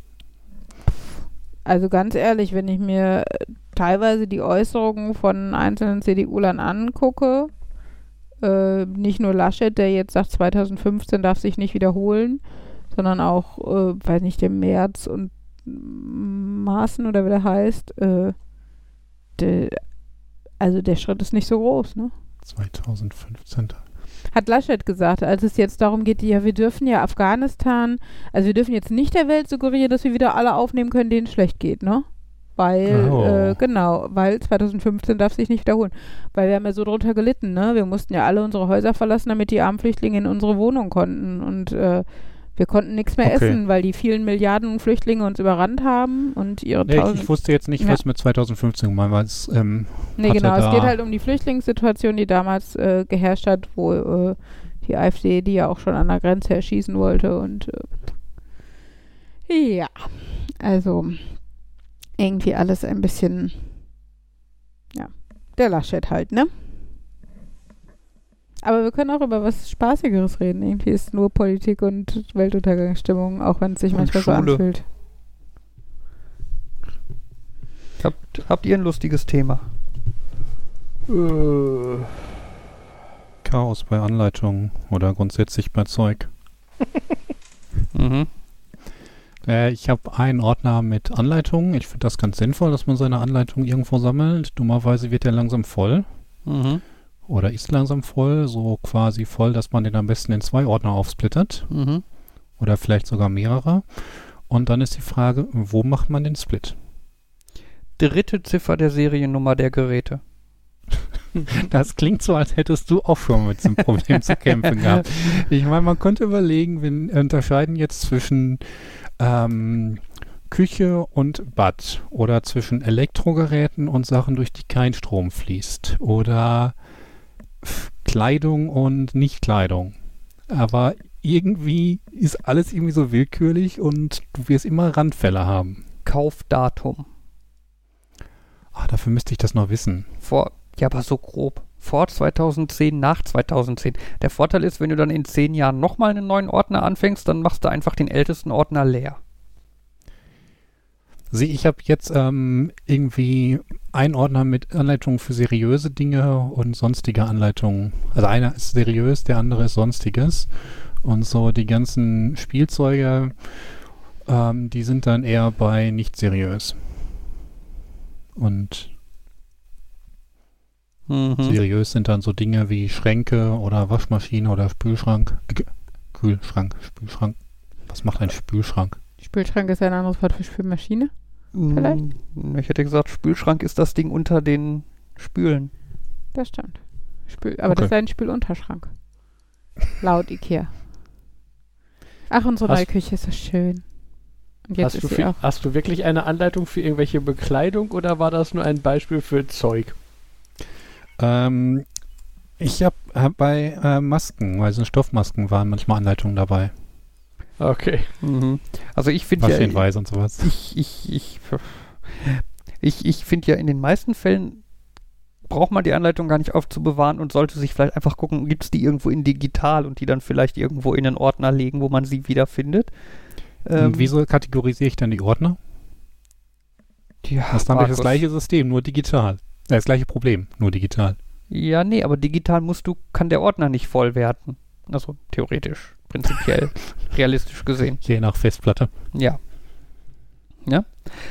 also ganz ehrlich, wenn ich mir teilweise die Äußerungen von einzelnen CDUlern angucke, äh, nicht nur Laschet, der jetzt sagt, zweitausendfünfzehn darf sich nicht wiederholen, sondern auch, äh, weiß nicht, der Merz und Maaßen oder wie der heißt, äh, de, also der Schritt ist nicht so groß, ne? zweitausendfünfzehn. Hat Laschet gesagt, als es jetzt darum geht, ja, wir dürfen ja Afghanistan, also wir dürfen jetzt nicht der Welt suggerieren, dass wir wieder alle aufnehmen können, denen es schlecht geht, ne? Weil, Oh. äh, genau, weil zweitausendfünfzehn darf sich nicht wiederholen. Weil wir haben ja so drunter gelitten, ne? Wir mussten ja alle unsere Häuser verlassen, damit die armen Flüchtlinge in unsere Wohnung konnten und äh, wir konnten nichts mehr Okay. essen, weil die vielen Milliarden Flüchtlinge uns überrannt haben und ihre Nee, ich, tausend... ich wusste jetzt nicht, Ja. was mit zweitausendfünfzehn gemeint war. Es, ähm, Nee, hatte genau, es da- geht halt um die Flüchtlingssituation, die damals äh, geherrscht hat, wo äh, die AfD, die ja auch schon an der Grenze erschießen wollte und äh, ja, also irgendwie alles ein bisschen, ja, der Laschet halt, ne? Aber wir können auch über was Spaßigeres reden. Irgendwie ist nur Politik und Weltuntergangsstimmung, auch wenn es sich Und manchmal so Schule. anfühlt. Habt, habt ihr ein lustiges Thema? Chaos bei Anleitungen oder grundsätzlich bei Zeug. Mhm. Äh, ich habe einen Ordner mit Anleitungen. Ich finde das ganz sinnvoll, dass man seine Anleitungen irgendwo sammelt. Dummerweise wird der langsam voll. Mhm. Oder ist langsam voll, so quasi voll, dass man den am besten in zwei Ordner aufsplittert. Mhm. Oder vielleicht sogar mehrere. Und dann ist die Frage, wo macht man den Split? Dritte Ziffer der Seriennummer der Geräte. Das klingt so, als hättest du auch schon mit diesem Problem zu kämpfen gehabt. Ich meine, man könnte überlegen, wir unterscheiden jetzt zwischen ähm, Küche und Bad oder zwischen Elektrogeräten und Sachen, durch die kein Strom fließt oder F- Kleidung und Nicht-Kleidung. Aber irgendwie ist alles irgendwie so willkürlich und du wirst immer Randfälle haben. Kaufdatum. Ah, dafür müsste ich das noch wissen. Vor, ja, aber so grob. Vor zweitausendzehn, nach zweitausendzehn. Der Vorteil ist, wenn du dann in zehn Jahren nochmal einen neuen Ordner anfängst, dann machst du einfach den ältesten Ordner leer. Sieh, ich habe jetzt ähm, irgendwie einen Ordner mit Anleitungen für seriöse Dinge und sonstige Anleitungen. Also einer ist seriös, der andere ist sonstiges. Und so die ganzen Spielzeuge, ähm, die sind dann eher bei nicht seriös. Und Mhm. seriös sind dann so Dinge wie Schränke oder Waschmaschine oder Spülschrank. Äh, Kühlschrank, Spülschrank. Was macht ein Spülschrank? Spülschrank ist ja ein anderes Wort für Spülmaschine. Vielleicht? Mm, Ich hätte gesagt, Spülschrank ist das Ding unter den Spülen. Das stimmt. Spül, aber Okay. das ist ein Spülunterschrank. Laut Ikea. Ach, unsere Hast- neue Küche ist so schön. Und jetzt Hast du, ist sie für, auch. hast du wirklich eine Anleitung für irgendwelche Bekleidung oder war das nur ein Beispiel für Zeug? Ähm, ich habe hab bei äh, Masken, weil so Stoffmasken waren manchmal Anleitungen dabei. Okay. Mhm. Also ich finde ja, Waschhinweise und sowas. ich, ich, ich, ich, ich finde ja in den meisten Fällen braucht man die Anleitung gar nicht aufzubewahren und sollte sich vielleicht einfach gucken, gibt es die irgendwo in digital und die dann vielleicht irgendwo in einen Ordner legen, wo man sie wiederfindet. Ähm, Und wieso kategorisiere ich dann die Ordner? ja, Das ist dann das Markus. gleiche System, nur digital. Äh, Das gleiche Problem, nur digital. Ja, nee, aber digital musst du, kann der Ordner nicht voll werten. Also theoretisch, prinzipiell, realistisch gesehen. Je nach Festplatte. Ja. Ja.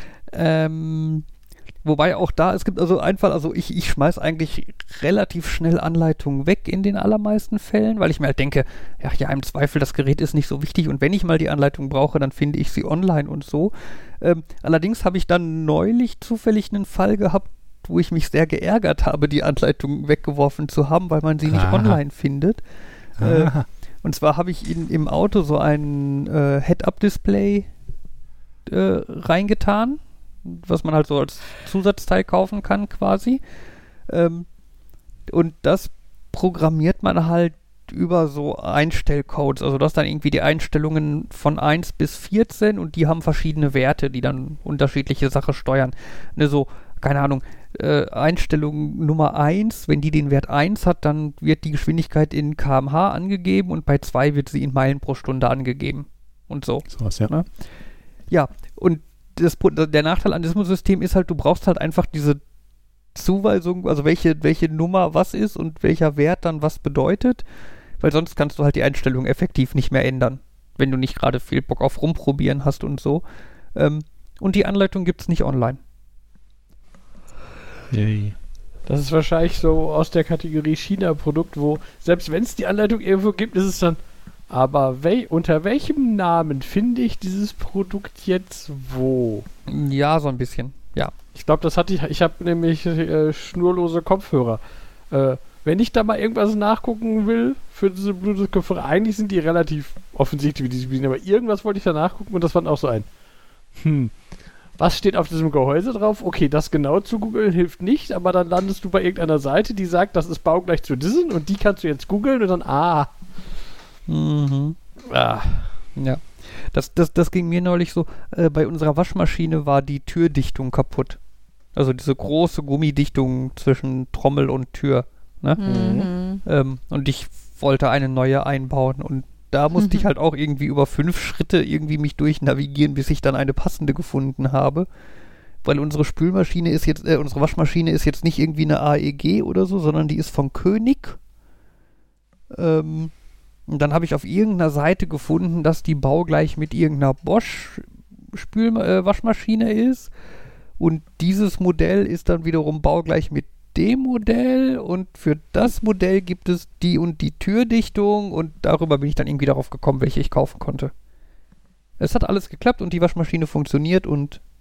Ähm, wobei auch da, es gibt also einen Fall, also ich, ich schmeiß eigentlich relativ schnell Anleitungen weg in den allermeisten Fällen, weil ich mir halt denke, ja, ja, im Zweifel, das Gerät ist nicht so wichtig und wenn ich mal die Anleitung brauche, dann finde ich sie online und so. Ähm, allerdings habe ich dann neulich zufällig einen Fall gehabt, wo ich mich sehr geärgert habe, die Anleitung weggeworfen zu haben, weil man sie nicht Aha. online findet. Äh, Aha. Und zwar habe ich in, im Auto so ein äh, Head-Up-Display äh, reingetan, was man halt so als Zusatzteil kaufen kann quasi. Ähm, und das programmiert man halt über so Einstellcodes. Also das dann irgendwie die Einstellungen von eins bis vierzehn und die haben verschiedene Werte, die dann unterschiedliche Sachen steuern. Ne, so, keine Ahnung, äh, Einstellung Nummer eins, wenn die den Wert eins hat, dann wird die Geschwindigkeit in Kilometer pro Stunde angegeben und bei zwei wird sie in Meilen pro Stunde angegeben. Und so. Sowas, ja. Ne? Ja, und das, der Nachteil an diesem System ist halt, du brauchst halt einfach diese Zuweisung, also welche, welche Nummer was ist und welcher Wert dann was bedeutet, weil sonst kannst du halt die Einstellung effektiv nicht mehr ändern, wenn du nicht gerade viel Bock auf Rumprobieren hast und so. Ähm, und die Anleitung gibt es nicht online. Yay. Das ist wahrscheinlich so aus der Kategorie China-Produkt, wo selbst wenn es die Anleitung irgendwo gibt, ist es dann, aber wel unter welchem Namen finde ich dieses Produkt jetzt wo? Ja, so ein bisschen, ja. Ich glaube, das hatte ich, ich habe nämlich äh, schnurlose Kopfhörer. Äh, wenn ich da mal irgendwas nachgucken will für diese Bluetooth-Kopfhörer, eigentlich sind die relativ offensichtlich, wie die sich bedienen, aber irgendwas wollte ich da nachgucken und das war auch so ein, hm, was steht auf diesem Gehäuse drauf? Okay, das genau zu googeln hilft nicht, aber dann landest du bei irgendeiner Seite, die sagt, das ist baugleich zu diesem und die kannst du jetzt googeln und dann, ah. Mhm. ah. Ja. Das, das, das ging mir neulich so, äh, bei unserer Waschmaschine war die Türdichtung kaputt. Also diese große Gummidichtung zwischen Trommel und Tür. Ne? Mhm. Ähm, und ich wollte eine neue einbauen und da musste ich halt auch irgendwie über fünf Schritte irgendwie mich durchnavigieren, bis ich dann eine passende gefunden habe. Weil unsere Spülmaschine ist jetzt, äh, unsere Waschmaschine ist jetzt nicht irgendwie eine A E G oder so, sondern die ist von König. Ähm, und dann habe ich auf irgendeiner Seite gefunden, dass die baugleich mit irgendeiner Bosch Spül äh, Waschmaschine ist. Und dieses Modell ist dann wiederum baugleich mit dem Modell und für das Modell gibt es die und die Türdichtung und darüber bin ich dann irgendwie darauf gekommen, welche ich kaufen konnte. Es hat alles geklappt und die Waschmaschine funktioniert und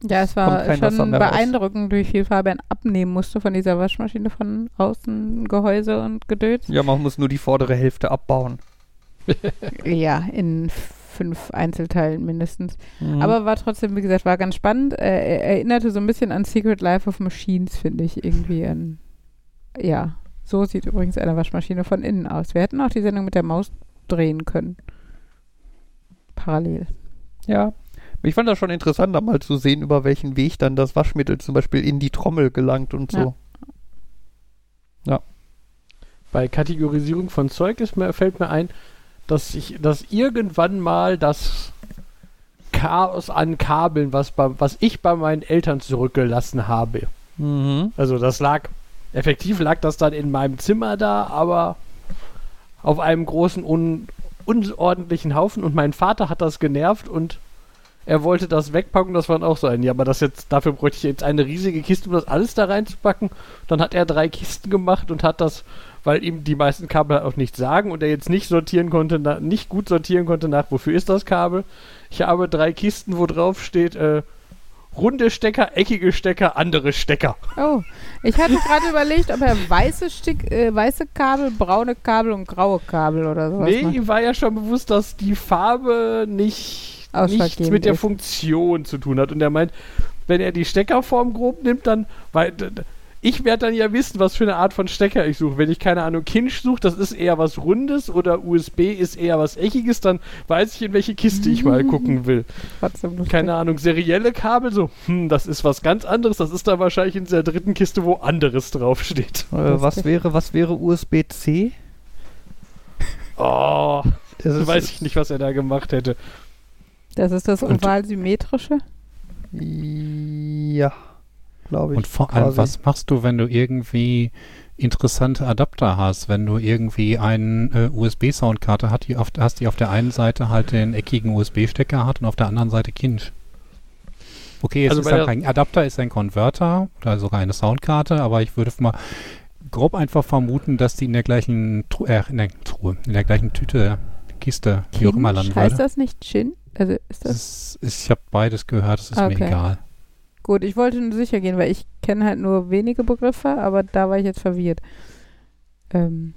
Ja, es Kommt war kein Wasser schon mehr raus. beeindruckend, wie viel Fabian abnehmen musste von dieser Waschmaschine von außen, Gehäuse und Gedöns. Ja, man muss nur die vordere Hälfte abbauen. Ja, in fünf Einzelteilen mindestens. Mhm. Aber war trotzdem, wie gesagt, war ganz spannend. Äh, er erinnerte so ein bisschen an Secret Life of Machines, finde ich, irgendwie an. Ja, so sieht übrigens eine Waschmaschine von innen aus. Wir hätten auch die Sendung mit der Maus drehen können. Parallel. Ja, ich fand das schon interessant, da mal zu sehen, über welchen Weg dann das Waschmittel zum Beispiel in die Trommel gelangt und so. Ja. Bei Kategorisierung von Zeug ist mir, fällt mir ein, dass ich, dass irgendwann mal das Chaos an Kabeln, was, bei, was ich bei meinen Eltern zurückgelassen habe. Mhm. Also das lag, effektiv lag das dann in meinem Zimmer da, aber auf einem großen, un, unordentlichen Haufen und mein Vater hat das genervt und er wollte das wegpacken, das war dann auch so ein, ja, aber das jetzt, dafür bräuchte ich jetzt eine riesige Kiste, um das alles da reinzupacken. Dann hat er drei Kisten gemacht und hat das, weil ihm die meisten Kabel auch nichts sagen und er jetzt nicht sortieren konnte, na, nicht gut sortieren konnte nach, wofür ist das Kabel. Ich habe drei Kisten, wo drauf steht, äh, runde Stecker, eckige Stecker, andere Stecker. Oh, ich hatte gerade überlegt, ob er weiße, Stick, äh, weiße Kabel, braune Kabel und graue Kabel oder sowas Nee, macht. ihm war ja schon bewusst, dass die Farbe nicht nichts Ausschlaggebend mit der ist. Funktion zu tun hat. Und er meint, wenn er die Steckerform grob nimmt, dann, weil d- d- ich werde dann ja wissen, was für eine Art von Stecker ich suche. Wenn ich, keine Ahnung, Kinch suche, das ist eher was Rundes oder U S B ist eher was Eckiges, dann weiß ich, in welche Kiste ich mal gucken will. Trotzdem lustig. Keine Ahnung, serielle Kabel, so, hm, das ist was ganz anderes, das ist dann wahrscheinlich in der dritten Kiste, wo anderes draufsteht. Äh, was wäre, was wäre U S B C? Oh, Das ist, weiß ich nicht, was er da gemacht hätte. Das ist das Und- oval-symmetrische. Ja, glaube ich. Und vor allem, quasi. was machst du, wenn du irgendwie interessante Adapter hast, wenn du irgendwie eine äh, U S B-Soundkarte hast, die auf, hast, die auf der einen Seite halt den eckigen U S B-Stecker hat und auf der anderen Seite Kinch. Okay, es Also ist bei ja der- kein Adapter, ist ein Konverter oder sogar eine Soundkarte, aber ich würde mal grob einfach vermuten, dass die in der gleichen Tru äh, in der Truhe, in der gleichen Tüte, Kiste, wie auch immer landen Heißt würde. das nicht Chin? Also ist das... Das ist, ich habe beides gehört, es ist Okay. mir egal. Gut, ich wollte nur sicher gehen, weil ich kenne halt nur wenige Begriffe, aber da war ich jetzt verwirrt. Ähm,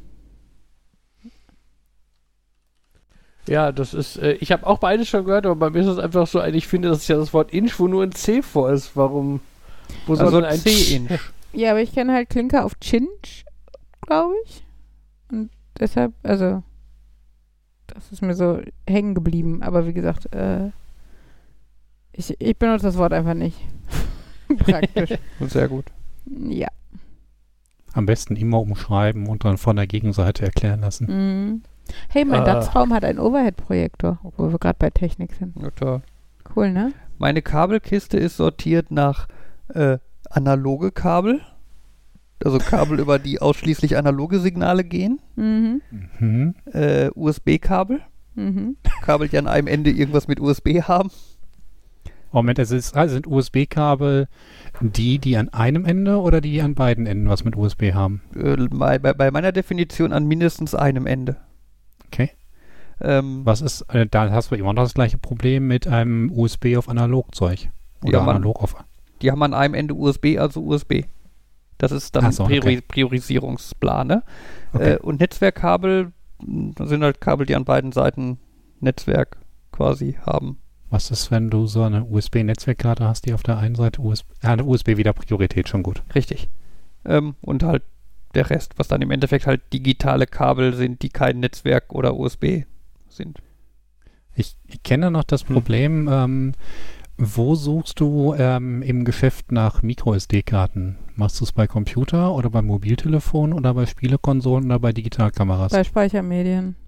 Ja, das ist, äh, ich habe auch beides schon gehört, aber bei mir ist es einfach so, ein, ich finde, das ist ja das Wort Inch, wo nur ein C vor ist. Warum? Wo soll Also denn ein C-Inch. ja, aber ich kenne halt Klinker auf Chinch, glaube ich. Und deshalb, also, das ist mir so hängen geblieben. Aber wie gesagt, äh, ich, ich benutze das Wort einfach nicht. Praktisch. Sehr gut. Ja. Am besten immer umschreiben und dann von der Gegenseite erklären lassen. Mhm. Hey, mein Ah. DATS-Raum hat einen Overhead-Projektor, wo wir gerade bei Technik sind. Ja, toll. Cool, ne? Meine Kabelkiste ist sortiert nach äh, analoge Kabel. Also Kabel, über die ausschließlich analoge Signale gehen. Mhm. Mhm. Äh, U S B-Kabel. Mhm. Kabel, die an einem Ende irgendwas mit U S B haben. Moment, es ist, also sind U S B-Kabel die, die an einem Ende oder die, die an beiden Enden was mit U S B haben? Äh, bei, bei bei meiner Definition an mindestens einem Ende. Okay. Ähm, Was ist, äh, da hast du immer noch das gleiche Problem mit einem U S B auf Analogzeug. Oder Ja, Mann. analog auf. Die haben an einem Ende U S B, also U S B. Das ist dann Ach so, Priori okay. Priorisierungsplan. Ne? Okay. Äh, und Netzwerkkabel mh, sind halt Kabel, die an beiden Seiten Netzwerk quasi haben. Was ist, wenn du so eine U S B-Netzwerkkarte hast, die auf der einen Seite U S B, ja, U S B wieder Priorität, schon gut. Richtig. Ähm, und halt der Rest, was dann im Endeffekt halt digitale Kabel sind, die kein Netzwerk oder U S B sind. Ich, ich kenne noch das Problem, ähm, wo suchst du ähm, im Geschäft nach Micro-S D-Karten? Machst du es bei Computer oder bei Mobiltelefon oder bei Spielekonsolen oder bei Digitalkameras? Bei Speichermedien.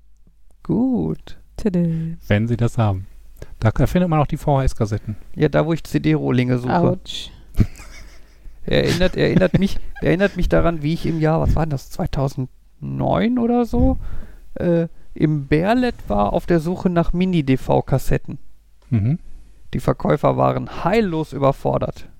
Gut. Tada. Wenn sie das haben. Da, da findet man auch die V H S-Kassetten. Ja, da wo ich C D-Rohlinge suche. Autsch. Erinnert, erinnert, mich, erinnert mich daran, wie ich im Jahr, was war denn das, zweitausendneun oder so, äh, im Berlet war auf der Suche nach Mini-D V-Kassetten. Mhm. Die Verkäufer waren heillos überfordert.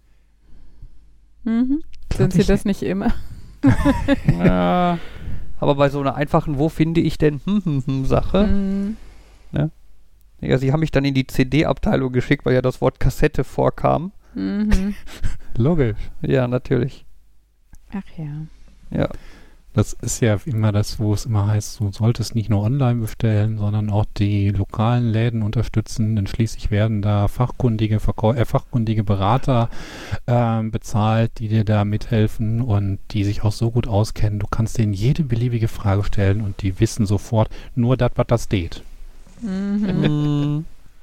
Mhm. Glaub Sind sie ich- das nicht immer? Ja, aber bei so einer einfachen, wo finde ich denn hm, hm, hm, Sache, Mhm. Ja, sie haben mich dann in die C D-Abteilung geschickt, weil ja das Wort Kassette vorkam. Mhm. Logisch. Ja, natürlich. Ach ja. Ja. Das ist ja immer das, wo es immer heißt, du solltest nicht nur online bestellen, sondern auch die lokalen Läden unterstützen, denn schließlich werden da fachkundige, Verkäu äh, fachkundige Berater äh, bezahlt, die dir da mithelfen und die sich auch so gut auskennen. Du kannst denen jede beliebige Frage stellen und die wissen sofort nur das, was da steht. Mhm. Mm.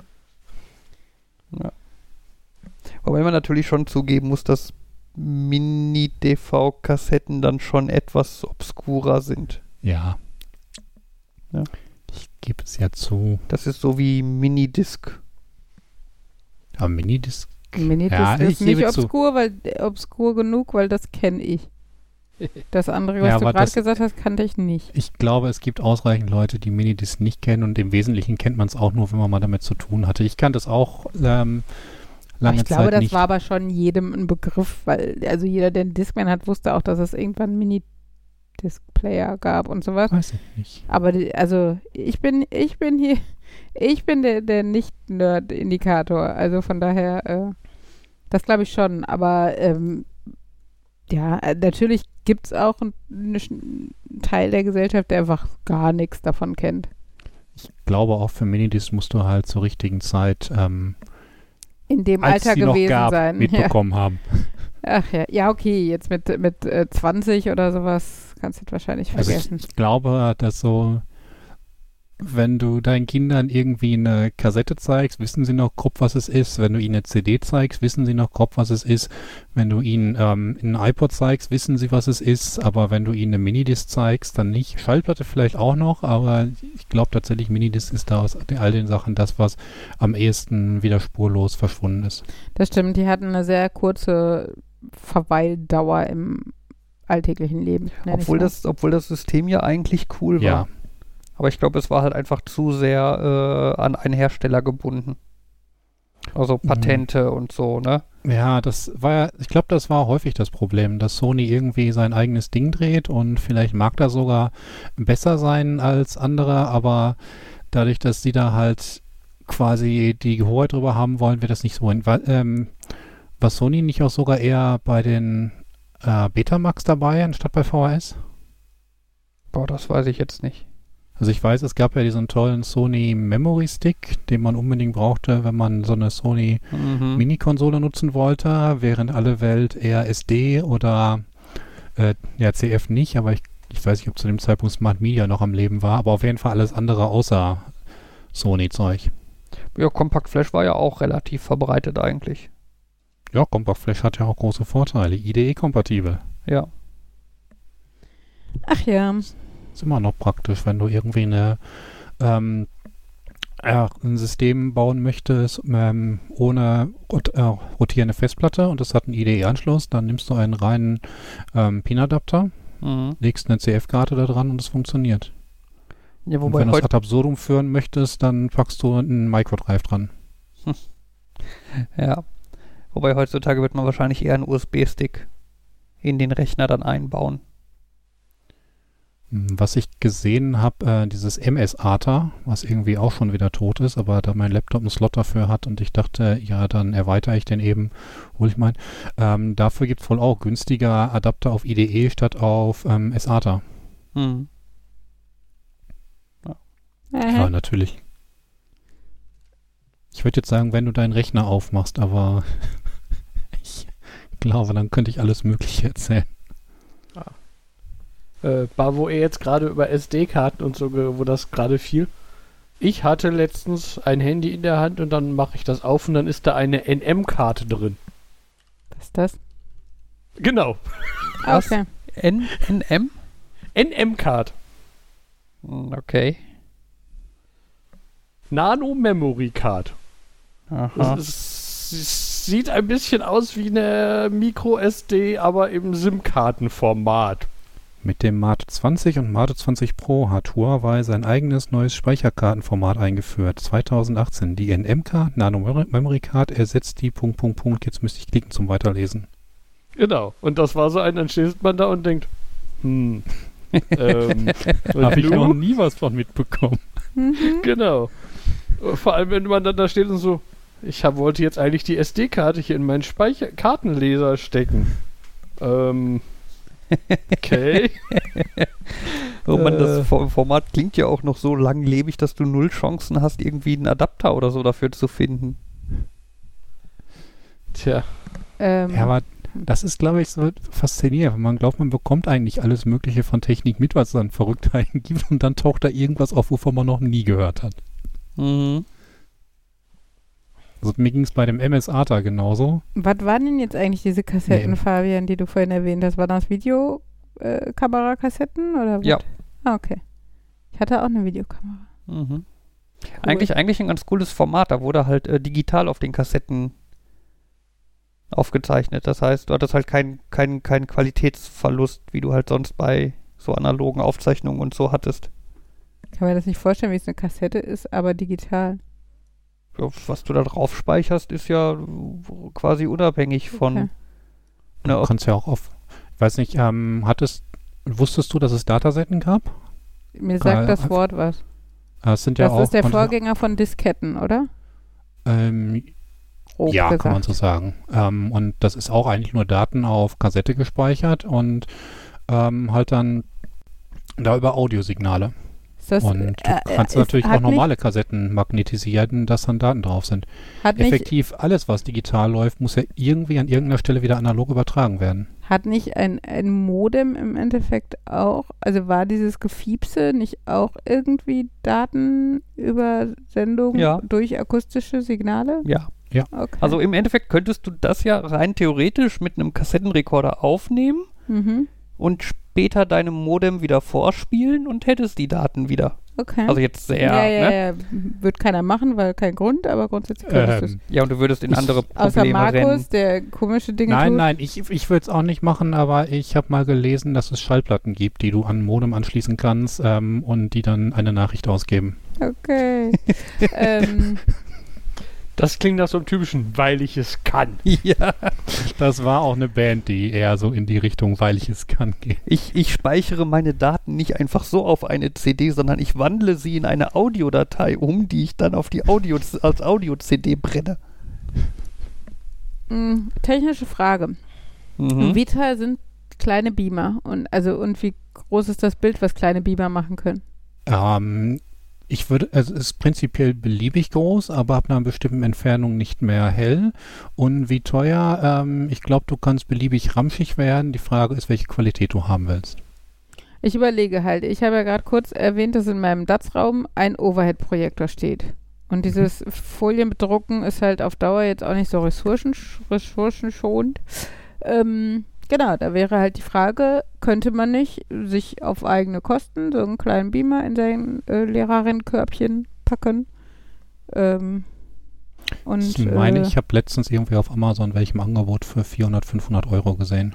Ja. Wobei man natürlich schon zugeben muss, dass Mini-D V-Kassetten dann schon etwas obskurer sind. Ja. Ja. Ich gebe es ja zu. Das ist so wie Minidisc. Aber Minidisc. Minidisc Ja, ist ich nicht gebe zu. obskur, weil obskur genug, weil das kenne ich. Das andere, was Ja, du aber gerade das- gesagt hast, kannte ich nicht. Ich glaube, es gibt ausreichend Leute, die Minidisc nicht kennen und im Wesentlichen kennt man es auch nur, wenn man mal damit zu tun hatte. Ich kannte es auch ähm, lange ich glaube, Zeit das nicht. war aber schon jedem ein Begriff, weil also jeder, der einen Discman hat, wusste auch, dass es irgendwann einen Mini-Disc-Player gab und sowas. Weiß ich nicht. Aber die, also ich bin, ich bin hier, ich bin der, der Nicht-Nerd-Indikator. Also von daher, äh, das glaube ich schon. Aber ähm, ja, äh, natürlich gibt es auch einen, einen Teil der Gesellschaft, der einfach gar nichts davon kennt. Ich glaube, auch für Minidisc musst du halt zur richtigen Zeit, ähm, In dem als Alter sie noch gewesen gab, sein. Ja. mitbekommen haben. Ach ja, ja, okay, jetzt mit, mit äh, zwanzig oder sowas kannst du das wahrscheinlich Also vergessen. ich, ich glaube, dass so, wenn du deinen Kindern irgendwie eine Kassette zeigst, wissen sie noch grob, was es ist. Wenn du ihnen eine C D zeigst, wissen sie noch grob, was es ist. Wenn du ihnen ähm, einen iPod zeigst, wissen sie, was es ist. Aber wenn du ihnen eine Minidisc zeigst, dann nicht. Schallplatte vielleicht auch noch, aber ich glaube tatsächlich, Minidisc ist da aus all den Sachen das, was am ehesten wieder spurlos verschwunden ist. Das stimmt, die hatten eine sehr kurze Verweildauer im alltäglichen Leben. nenn ich's Obwohl mal. das, obwohl das System ja eigentlich cool war. Ja, Aber ich glaube, es war halt einfach zu sehr äh, an einen Hersteller gebunden. Also Patente und so, ne? ja, das war ja, ich glaube, das war häufig das Problem, dass Sony irgendwie sein eigenes Ding dreht und vielleicht mag das sogar besser sein als andere, aber dadurch, dass sie da halt quasi die Hoheit drüber haben wollen, wird das nicht so. Weil, ähm, war Sony nicht auch sogar eher bei den äh, Betamax dabei, anstatt bei V H S? Boah, das weiß ich jetzt nicht. Also ich weiß, es gab ja diesen tollen Sony Memory Stick, den man unbedingt brauchte, wenn man so eine Sony Mhm. Mini-Konsole nutzen wollte, während alle Welt eher S D oder äh, ja, C F nicht, aber ich, ich weiß nicht, ob zu dem Zeitpunkt Smart Media noch am Leben war, aber auf jeden Fall alles andere außer Sony-Zeug. Ja, Compact Flash war ja auch relativ verbreitet eigentlich. Ja, Compact Flash hat ja auch große Vorteile. I D E-kompatibel. Ja. Ach ja, Ist immer noch praktisch, wenn du irgendwie eine ähm, äh, ein System bauen möchtest ähm, ohne rot äh, rotierende Festplatte und das hat einen I D E-Anschluss, dann nimmst du einen reinen ähm, Pin-Adapter, Mhm. legst eine C F-Karte da dran und es funktioniert. Ja, Und wobei wenn du es heute, ad absurdum führen möchtest, dann packst du einen Microdrive dran. ja. Wobei heutzutage wird man wahrscheinlich eher einen U S B-Stick in den Rechner dann einbauen. Was ich gesehen habe, äh, dieses M S A T A, was irgendwie auch schon wieder tot ist, aber da mein Laptop einen Slot dafür hat und ich dachte, ja, dann erweitere ich den eben, hole ich meinen. Ähm, dafür gibt es wohl auch günstiger Adapter auf I D E statt auf ähm, S A T A. Mhm. Ja, äh, natürlich. Ich würde jetzt sagen, wenn du deinen Rechner aufmachst, aber ich glaube, dann könnte ich alles Mögliche erzählen. Äh, war, wo er jetzt gerade über S D-Karten und so, ge- wo das gerade fiel. Ich hatte letztens ein Handy in der Hand und dann mache ich das auf und dann ist da eine N M-Karte drin. was ist das? Genau, Was? Okay. N N M? N M-Card. Hm, Okay. Nano Memory Card. Aha. Das ist, es sieht ein bisschen aus wie eine Micro-S D, aber im SIM-Kartenformat. Mit dem Mate zwanzig und Mate zwanzig Pro hat Huawei sein eigenes neues Speicherkartenformat eingeführt. zweitausendachtzehn. Die N M-Card, Nano Memory Card, ersetzt die Punkt, Punkt, Punkt. Jetzt müsste ich klicken zum Weiterlesen. Genau. Und das war so ein, dann steht man da und denkt, hm, ähm, und Habe ich nu? noch nie was von mitbekommen. Mhm. Genau. Vor allem, wenn man dann da steht und so, ich hab, wollte jetzt eigentlich die S D-Karte hier in meinen Speicher Kartenleser stecken. Ähm, okay. Oh Mann, Äh. das Fo- Format klingt ja auch noch so langlebig, dass du null Chancen hast, irgendwie einen Adapter oder so dafür zu finden. Tja. Ähm, Ja, aber das ist, glaube ich, so faszinierend. Wenn man glaubt, man bekommt eigentlich alles Mögliche von Technik mit, was es an Verrücktheiten gibt, und dann taucht da irgendwas auf, wovon man noch nie gehört hat. Mhm. Also mir ging es bei dem M S ATA genauso. was waren denn jetzt eigentlich diese Kassetten, Nee. Fabian, die du vorhin erwähnt hast? Waren das Videokamerakassetten oder was? Ja. Ah, okay. Ich hatte auch eine Videokamera. Mhm. Eigentlich, eigentlich ein ganz cooles Format. Da wurde halt äh, digital auf den Kassetten aufgezeichnet. Das heißt, du hattest halt keinen kein, kein Qualitätsverlust, wie du halt sonst bei so analogen Aufzeichnungen und so hattest. Kann man das nicht vorstellen, wie es eine Kassette ist, aber digital. Ja, was du da drauf speicherst, ist ja äh, quasi unabhängig von. Okay. Du Ne, ob- kannst ja auch auf, ich weiß nicht, ähm, hattest, wusstest du, dass es Datasetten gab? Mir sagt Äh, das Wort was. Äh, Es sind ja Das auch ist der und- Vorgänger von Disketten, oder? Ähm, Grob ja, gesagt. kann man so sagen. Ähm, und das ist auch eigentlich nur Daten auf Kassette gespeichert und ähm, halt dann da über Audiosignale. Ist das, Und du äh, kannst ist- natürlich auch hat normale Kassetten magnetisieren, dass dann Daten drauf sind. Nicht, hat, nicht, Effektiv, alles, was digital läuft, muss ja irgendwie an irgendeiner Stelle wieder analog übertragen werden. hat nicht ein, ein Modem im Endeffekt auch, also war dieses Gefiepse nicht auch irgendwie Datenübersendung Ja. durch akustische Signale? Ja. Okay. Also im Endeffekt könntest du das ja rein theoretisch mit einem Kassettenrekorder aufnehmen mhm. und später deinem Modem wieder vorspielen und hättest die Daten wieder. Okay. Also jetzt sehr, ja, ja, ne? ja. Wird keiner machen, weil kein Grund, aber grundsätzlich könntest du es. Ähm, Ja, und du würdest in Ich- andere Außer Probleme Markus, rennen. der komische Dinge nein, tut. nein, ich, ich würde es auch nicht machen, aber ich habe mal gelesen, dass es Schallplatten gibt, die du an ein Modem anschließen kannst ähm, und die dann eine Nachricht ausgeben. Okay. ähm, Das klingt nach so einem typischen, weil ich es kann. Ja. Das war auch eine Band, die eher so in die Richtung, weil ich es kann, geht. Ich, ich speichere meine Daten nicht einfach so auf eine C D, sondern ich wandle sie in eine Audiodatei um, die ich dann auf die Audio als Audio-C D brenne. mh, technische Frage. Mhm. Wie teuer sind kleine Beamer? Und also und wie groß ist das Bild, was kleine Beamer machen können? Ähm, ich würde, also es ist prinzipiell beliebig groß, aber ab einer bestimmten Entfernung nicht mehr hell. Und wie teuer? Ähm, ich glaube, du kannst beliebig ramschig werden. Die Frage ist, welche Qualität du haben willst. Ich überlege halt, ich habe ja gerade kurz erwähnt, dass in meinem D A Z-Raum ein Overhead-Projektor steht. Und dieses Folienbedrucken ist halt auf Dauer jetzt auch nicht so ressourcen, ressourcenschonend. Ähm, genau, da wäre halt die Frage, könnte man nicht sich auf eigene Kosten so einen kleinen Beamer in sein äh, Lehrerinnenkörbchen packen? Ähm, und, Ich meine, äh, ich habe letztens irgendwie auf Amazon welchem Angebot für vierhundert, fünfhundert Euro gesehen.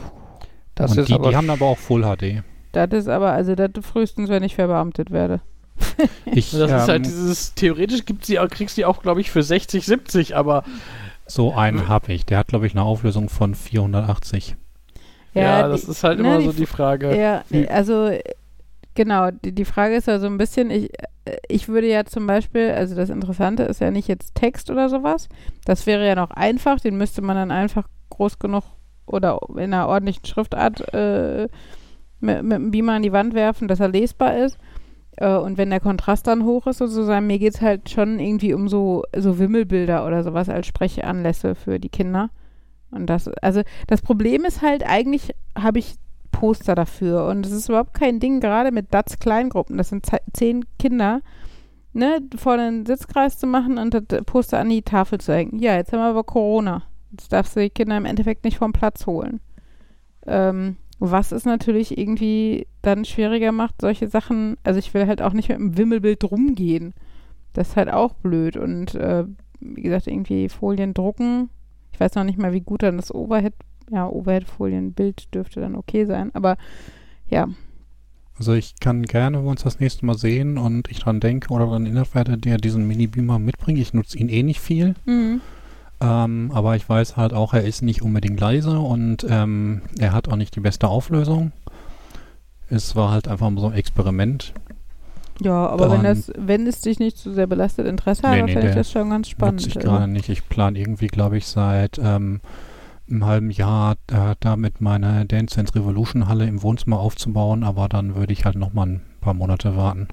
Das Und ist die, aber die haben aber auch Full H D. das ist aber, also das frühestens, wenn ich verbeamtet werde. Ich, Das ist ähm, halt dieses, theoretisch gibt's die, auch- kriegst du die auch, glaube ich, für sechzig, siebzig, aber so einen habe ich. Der hat, glaube ich, eine Auflösung von vierhundertachtzig. ja, die- das ist halt ne, immer die so die Frage. Ja, Hm. also äh, genau, die, die Frage ist ja so ein bisschen, ich, äh, ich würde ja zum Beispiel, also das Interessante ist ja nicht jetzt Text oder sowas, das wäre ja noch einfach, den müsste man dann einfach groß genug oder in einer ordentlichen Schriftart äh, mit, mit dem Beamer an die Wand werfen, dass er lesbar ist. Äh, und wenn der Kontrast dann hoch ist sozusagen, mir geht es halt schon irgendwie um so, so Wimmelbilder oder sowas als Sprechanlässe für die Kinder. Und das, also das Problem ist halt, eigentlich habe ich Poster dafür und es ist überhaupt kein Ding, gerade mit D A Z-Kleingruppen, das sind ze- zehn Kinder, ne, vorne einen Sitzkreis zu machen und das Poster an die Tafel zu hängen. Ja, jetzt haben wir aber Corona. Jetzt darfst du die Kinder im Endeffekt nicht vom Platz holen. Ähm, was es natürlich irgendwie dann schwieriger macht, solche Sachen, also ich will halt auch nicht mit einem Wimmelbild rumgehen. Das ist halt auch blöd und äh, wie gesagt, irgendwie Folien drucken. Ich weiß noch nicht mal, wie gut dann das Overhead, ja, Overhead-Folienbild dürfte dann okay sein, aber ja. Also ich kann gerne, wenn wir uns das nächste Mal sehen und ich dran denke oder daran erinnert werde, der diesen Mini-Beamer mitbringt. Ich nutze ihn eh nicht viel. Mhm. Ähm, aber ich weiß halt auch, er ist nicht unbedingt leise und ähm, er hat auch nicht die beste Auflösung. Es war halt einfach so ein Experiment. Ja, aber wenn Dann- das, wenn es dich nicht zu sehr belastet, Interesse Nee, hat, nee, fände ich der das schon ganz spannend. Nutze ich Also. gerade nicht. Ich plane irgendwie, glaube ich, seit ähm, einem halben Jahr äh, damit meine Dance Dance Revolution Halle im Wohnzimmer aufzubauen, aber dann würde ich halt noch mal ein paar Monate warten.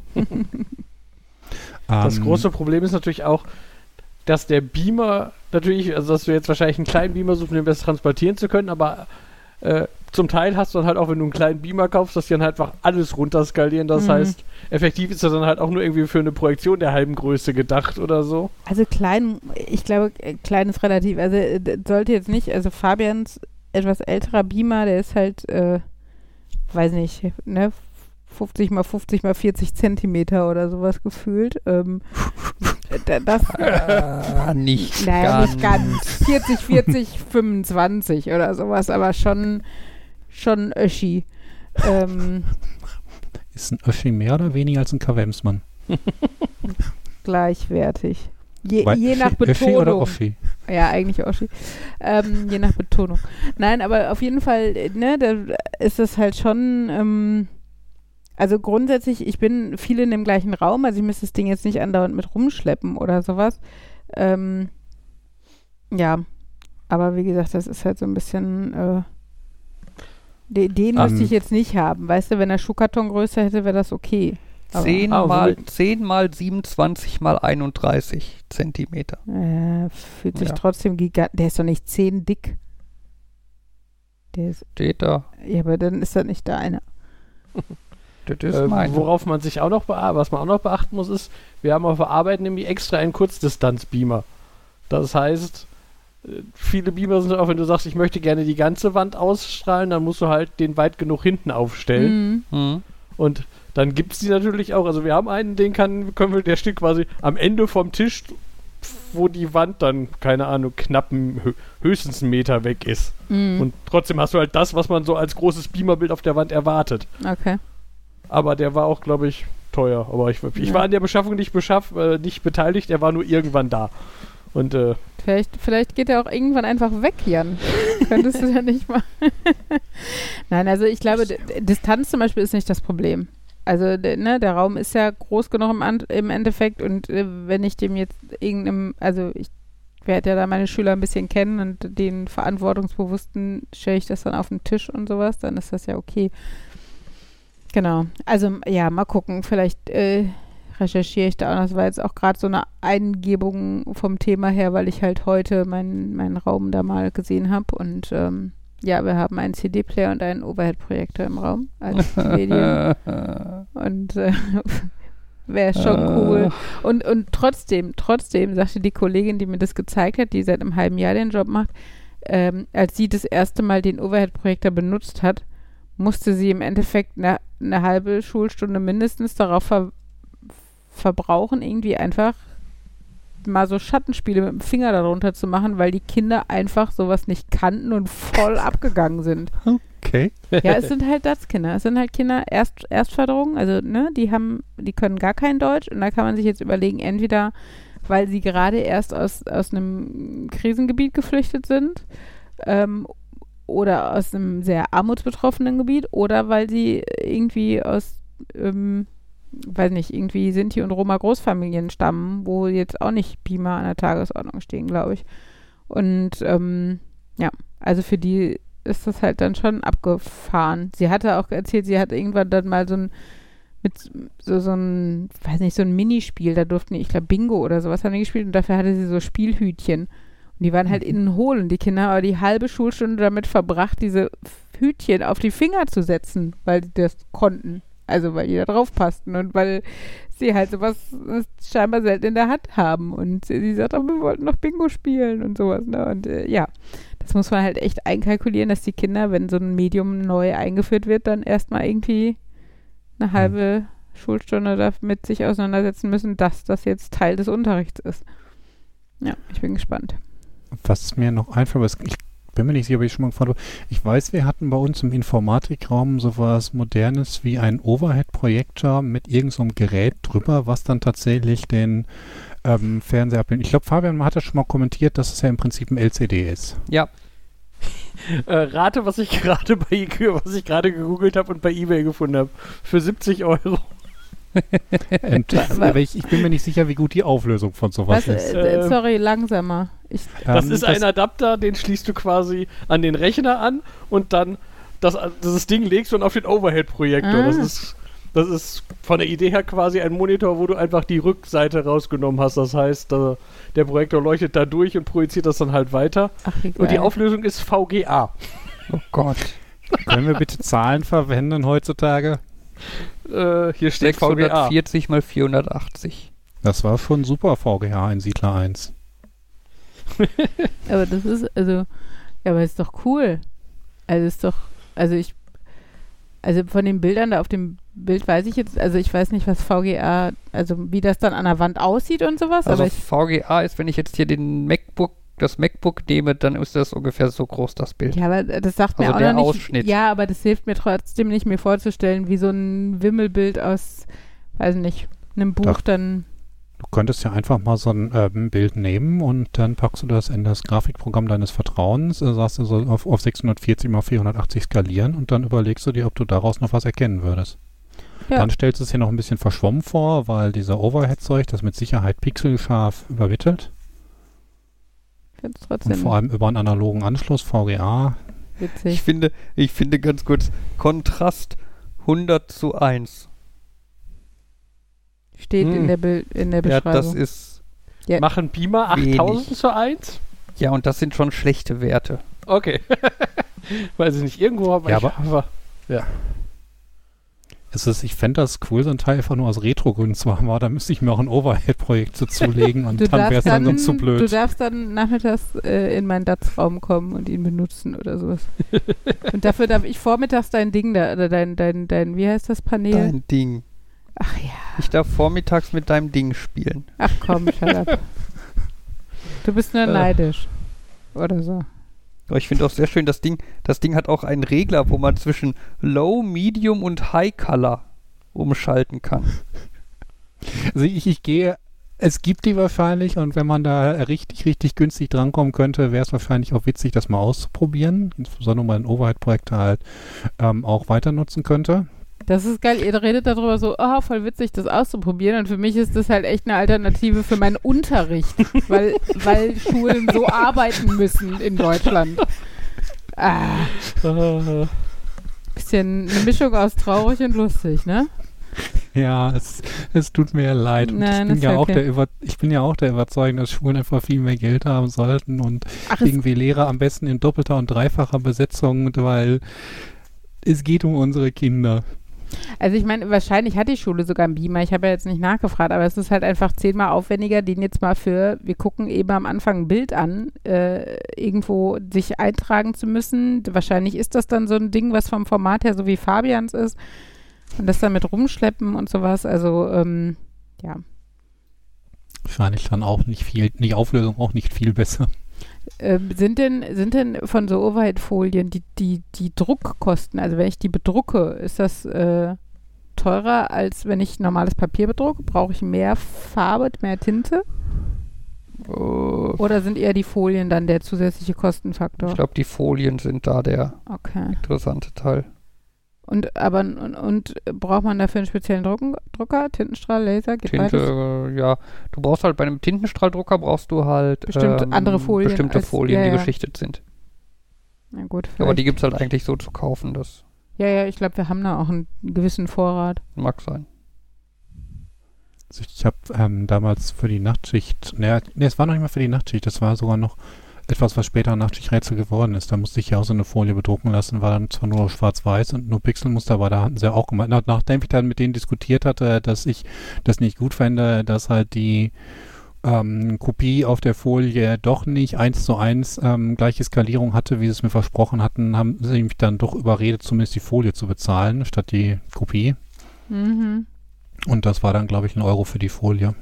Das Ähm, große Problem ist natürlich auch, dass der Beamer natürlich, also dass du jetzt wahrscheinlich einen kleinen Beamer suchst, um den besser transportieren zu können, aber äh, zum Teil hast du dann halt auch, wenn du einen kleinen Beamer kaufst, dass die dann halt einfach alles runterskalieren. Das Mhm. heißt, effektiv ist das dann halt auch nur irgendwie für eine Projektion der halben Größe gedacht oder so. Also klein, ich glaube, äh, klein ist relativ. Also äh, d- sollte jetzt nicht, also Fabians etwas älterer Beamer, der ist halt, äh, weiß nicht, ne, fünfzig mal fünfzig mal vierzig Zentimeter oder sowas gefühlt. Ähm, d- das, Ah, nicht naja, ganz. nicht ganz. vierzig, vierzig, fünfundzwanzig oder sowas, aber schon, schon Öschi. Ähm, Ist ein Öschi mehr oder weniger als ein Kavemsmann? gleichwertig. Je, Weil je nach Öschi- Öschi oder Betonung. Oschi? Ja, eigentlich Oschi. Ähm, je nach Betonung. Nein, aber auf jeden Fall, äh, ne, da ist es halt schon, ähm, also grundsätzlich, ich bin viel in dem gleichen Raum, also ich müsste das Ding jetzt nicht andauernd mit rumschleppen oder sowas. Ähm, ja, aber wie gesagt, das ist halt so ein bisschen, äh, de, den Ähm. müsste ich jetzt nicht haben. Weißt du, wenn der Schuhkarton größer hätte, wäre das okay. Aber- zehn Ah, mal, womit- zehn mal siebenundzwanzig mal einunddreißig Zentimeter. Äh, fühlt sich Ja. trotzdem gigantisch. Der ist doch nicht zehn dick. Der ist, Steht da. ja, aber dann ist das nicht deine. Das ist Äh, meine. worauf man sich auch noch bea- was man auch noch beachten muss, ist, wir haben auf der Arbeit nämlich extra einen Kurzdistanz-Beamer. Das heißt, äh, viele Beamer sind auch, wenn du sagst, ich möchte gerne die ganze Wand ausstrahlen, dann musst du halt den weit genug hinten aufstellen. Mhm. Hm. Und dann gibt es die natürlich auch. Also wir haben einen, den kann, können wir, der steht quasi am Ende vom Tisch, wo die Wand dann, keine Ahnung, knapp ein, hö- höchstens einen Meter weg ist. Mhm. Und trotzdem hast du halt das, was man so als großes Beamerbild auf der Wand erwartet. Okay. Aber der war auch, glaube ich, teuer. Aber ich, ich Ja. war an der Beschaffung nicht, beschaff, äh, nicht beteiligt, er war nur irgendwann da. Und äh, Vielleicht, vielleicht geht er auch irgendwann einfach weg, Jan. Könntest du ja nicht mal. Nein, also ich glaube, D- Distanz zum Beispiel ist nicht das Problem. Also d- ne, der Raum ist ja groß genug im, An im Endeffekt und äh, wenn ich dem jetzt irgendeinem, also ich werde ja da meine Schüler ein bisschen kennen und den Verantwortungsbewussten stelle ich das dann auf den Tisch und sowas, dann ist das ja okay. Genau. Also ja, mal gucken. Vielleicht äh, recherchiere ich da auch noch. Das war jetzt auch gerade so eine Eingebung vom Thema her, weil ich halt heute meinen meinen Raum da mal gesehen habe. Und ähm, ja, wir haben einen C D-Player und einen Overhead-Projektor im Raum als Medien. Und äh, wäre schon cool. Und, und trotzdem, trotzdem sagte die Kollegin, die mir das gezeigt hat, die seit einem halben Jahr den Job macht, ähm, als sie das erste Mal den Overhead-Projektor benutzt hat, musste sie im Endeffekt eine, eine halbe Schulstunde mindestens darauf ver verbrauchen, irgendwie einfach mal so Schattenspiele mit dem Finger darunter zu machen, weil die Kinder einfach sowas nicht kannten und voll abgegangen sind. Okay. Ja, es sind halt DATS-Kinder. Es sind halt Kinder Erst, Erstförderung, also ne, die haben, die können gar kein Deutsch und da kann man sich jetzt überlegen, entweder weil sie gerade erst aus, aus einem Krisengebiet geflüchtet sind, ähm, oder aus einem sehr armutsbetroffenen Gebiet oder weil sie irgendwie aus, ähm, weiß nicht, irgendwie Sinti und Roma Großfamilien stammen, wo jetzt auch nicht Beamer an der Tagesordnung stehen, glaube ich. Und ähm, ja, also für die ist das halt dann schon abgefahren. Sie hatte auch erzählt, sie hat irgendwann dann mal so ein mit so, so ein, weiß nicht, so ein Minispiel, da durften die, ich glaube Bingo oder sowas haben die gespielt und dafür hatte sie so Spielhütchen. Und die waren halt innen hohl und die Kinder haben aber die halbe Schulstunde damit verbracht, diese Hütchen auf die Finger zu setzen, weil sie das konnten. Also weil die da drauf passten und weil sie halt sowas scheinbar selten in der Hand haben. Und sie sagt, aber wir wollten noch Bingo spielen und sowas. Ne? Und äh, ja, das muss man halt echt einkalkulieren, dass die Kinder, wenn so ein Medium neu eingeführt wird, dann erstmal irgendwie eine halbe Schulstunde damit sich auseinandersetzen müssen, dass das jetzt Teil des Unterrichts ist. Ja, ich bin gespannt. Was mir noch einfällt, was ich bin mir nicht sicher, ob ich schon mal gefragt habe. Ich weiß, wir hatten bei uns im Informatikraum sowas Modernes wie ein Overhead-Projektor mit irgendeinem so Gerät drüber, was dann tatsächlich den ähm, Fernseher abbildet. Ich glaube, Fabian hat ja schon mal kommentiert, dass es ja im Prinzip ein L C D ist. Ja. äh, rate, was ich gerade bei was ich gerade gegoogelt habe und bei eBay gefunden habe. Für siebzig Euro. Und, aber ich, ich bin mir nicht sicher, wie gut die Auflösung von sowas Was, ist. äh, Ähm, sorry, langsamer. Ich, Das Ähm, ist ein Adapter, den schließt du quasi an den Rechner an und dann das, dieses Ding legst du dann auf den Overhead-Projektor. Ah. Das ist, das ist von der Idee her quasi ein Monitor, wo du einfach die Rückseite rausgenommen hast. Das heißt, da, der Projektor leuchtet da durch und projiziert das dann halt weiter. ach, wie Und die geil. Auflösung ist V G A. Oh Gott. Können wir bitte Zahlen verwenden heutzutage? Äh, hier steht V G A. sechshundertvierzig mal vierhundertachtzig. Das war schon super V G A in Siedler eins. Aber das ist, also, ja, aber ist doch cool. Also ist doch, also ich, also von den Bildern da auf dem Bild weiß ich jetzt, also ich weiß nicht, was V G A, also wie das dann an der Wand aussieht und sowas, Also aber ich, V G A ist, wenn ich jetzt hier den MacBook, das MacBook nehme, dann ist das ungefähr so groß, das Bild. ja, aber das sagt mir Also auch der noch nicht, Ausschnitt. ja, aber das hilft mir trotzdem nicht, mir vorzustellen, wie so ein Wimmelbild aus, weiß nicht, einem Buch Doch. dann, Du könntest ja einfach mal so ein ähm, Bild nehmen und dann packst du das in das Grafikprogramm deines Vertrauens, äh, sagst du so auf, auf sechshundertvierzig mal vierhundertachtzig skalieren und dann überlegst du dir, ob du daraus noch was erkennen würdest. Ja. Dann stellst du es hier noch ein bisschen verschwommen vor, weil dieser Overhead-Zeug das mit Sicherheit pixelscharf übermittelt ich finde es und trotzdem vor allem über einen analogen Anschluss, V G A. Ich witzig. finde, ich finde ganz kurz, Kontrast hundert zu eins. Steht in Hm. der Bild, in der Ja, Beschreibung. das ist, Ja. Machen Beamer Wenig. achttausend zu eins? ja, und das sind schon schlechte Werte. Okay. Weiß ich nicht, irgendwo habe Ja, ich... aber- Es ist, ich fände das cool, so ein Teil einfach nur aus Retro-Gründen zu haben, aber da müsste ich mir auch ein Overhead-Projekt so zulegen und Du dann wäre es darfst dann dann, so zu blöd. du darfst dann nachmittags äh, in meinen D A Z raum kommen und ihn benutzen oder sowas. Und dafür darf ich vormittags dein Ding da, oder dein, dein, dein, wie heißt das Panel? Dein Ding. Ach ja, Ich darf vormittags mit deinem Ding spielen. ach komm, shut up. Du bist nur Äh. neidisch. Oder so. Aber ich finde auch sehr schön, das Ding, das Ding hat auch einen Regler, wo man zwischen Low, Medium und High Color umschalten kann. Also ich, ich gehe, es gibt die wahrscheinlich und wenn man da richtig, richtig günstig drankommen könnte, wäre es wahrscheinlich auch witzig, das mal auszuprobieren. Insbesondere mal ein Overhead-Projekte halt ähm, auch weiter nutzen könnte. Das ist geil, ihr redet darüber so, oh, voll witzig, das auszuprobieren. Und für mich ist das halt echt eine Alternative für meinen Unterricht, weil, weil Schulen so arbeiten müssen in Deutschland. Ah, Äh, bisschen eine Mischung aus traurig und lustig, ne? Ja, es, es tut mir leid. Und Nein, ich, bin ist ja ja auch okay. der Über, ich bin ja auch der Überzeugung, dass Schulen einfach viel mehr Geld haben sollten und Ach, es, irgendwie Lehrer am besten in doppelter und dreifacher Besetzung, weil es geht um unsere Kinder. also ich meine, wahrscheinlich hat die Schule sogar einen Beamer. Ich habe ja jetzt nicht nachgefragt, aber es ist halt einfach zehnmal aufwendiger, den jetzt mal für, wir gucken eben am Anfang ein Bild an, äh, irgendwo sich eintragen zu müssen. Wahrscheinlich ist das dann so ein Ding, was vom Format her so wie Fabians ist. Und das dann mit rumschleppen und sowas. Also, ähm, ja. Wahrscheinlich dann auch nicht viel, die Auflösung auch nicht viel besser. Ähm, sind denn, sind denn von so Overhead-Folien die, die, die Druckkosten, also wenn ich die bedrucke, ist das äh, teurer, als wenn ich normales Papier bedrucke? Brauche ich mehr Farbe, mehr Tinte? Oh, Oder sind eher die Folien dann der zusätzliche Kostenfaktor? ich glaube, die Folien sind da der Okay. interessante Teil. Und aber und, und braucht man dafür einen speziellen Drucken, Drucker, Tintenstrahl, Laser, geht Tinte, beides? äh, ja. Du brauchst halt bei einem Tintenstrahldrucker brauchst du halt Bestimmt ähm, andere Folien bestimmte als- Folien, ja, die ja. beschichtet sind. Na gut, Aber die vielleicht. gibt es halt eigentlich so zu kaufen, das Ja, ja, ich glaube, wir haben da auch einen gewissen Vorrat. mag sein. Also ich habe ähm, damals für die Nachtschicht, naja, nee, es war noch nicht mal für die Nachtschicht, das war sogar noch etwas, was später Nachtschichträtsel geworden ist. Da musste ich ja auch so eine Folie bedrucken lassen, war dann zwar nur schwarz-weiß und nur Pixelmuster, aber da hatten sie auch gemeint, nach, nachdem ich dann mit denen diskutiert hatte, dass ich das nicht gut fände, dass halt die ähm, Kopie auf der Folie doch nicht eins zu eins ähm, gleiche Skalierung hatte, wie sie es mir versprochen hatten, haben sie mich dann doch überredet, zumindest die Folie zu bezahlen, statt die Kopie. Mhm. Und das war dann, glaube ich, ein Euro für die Folie.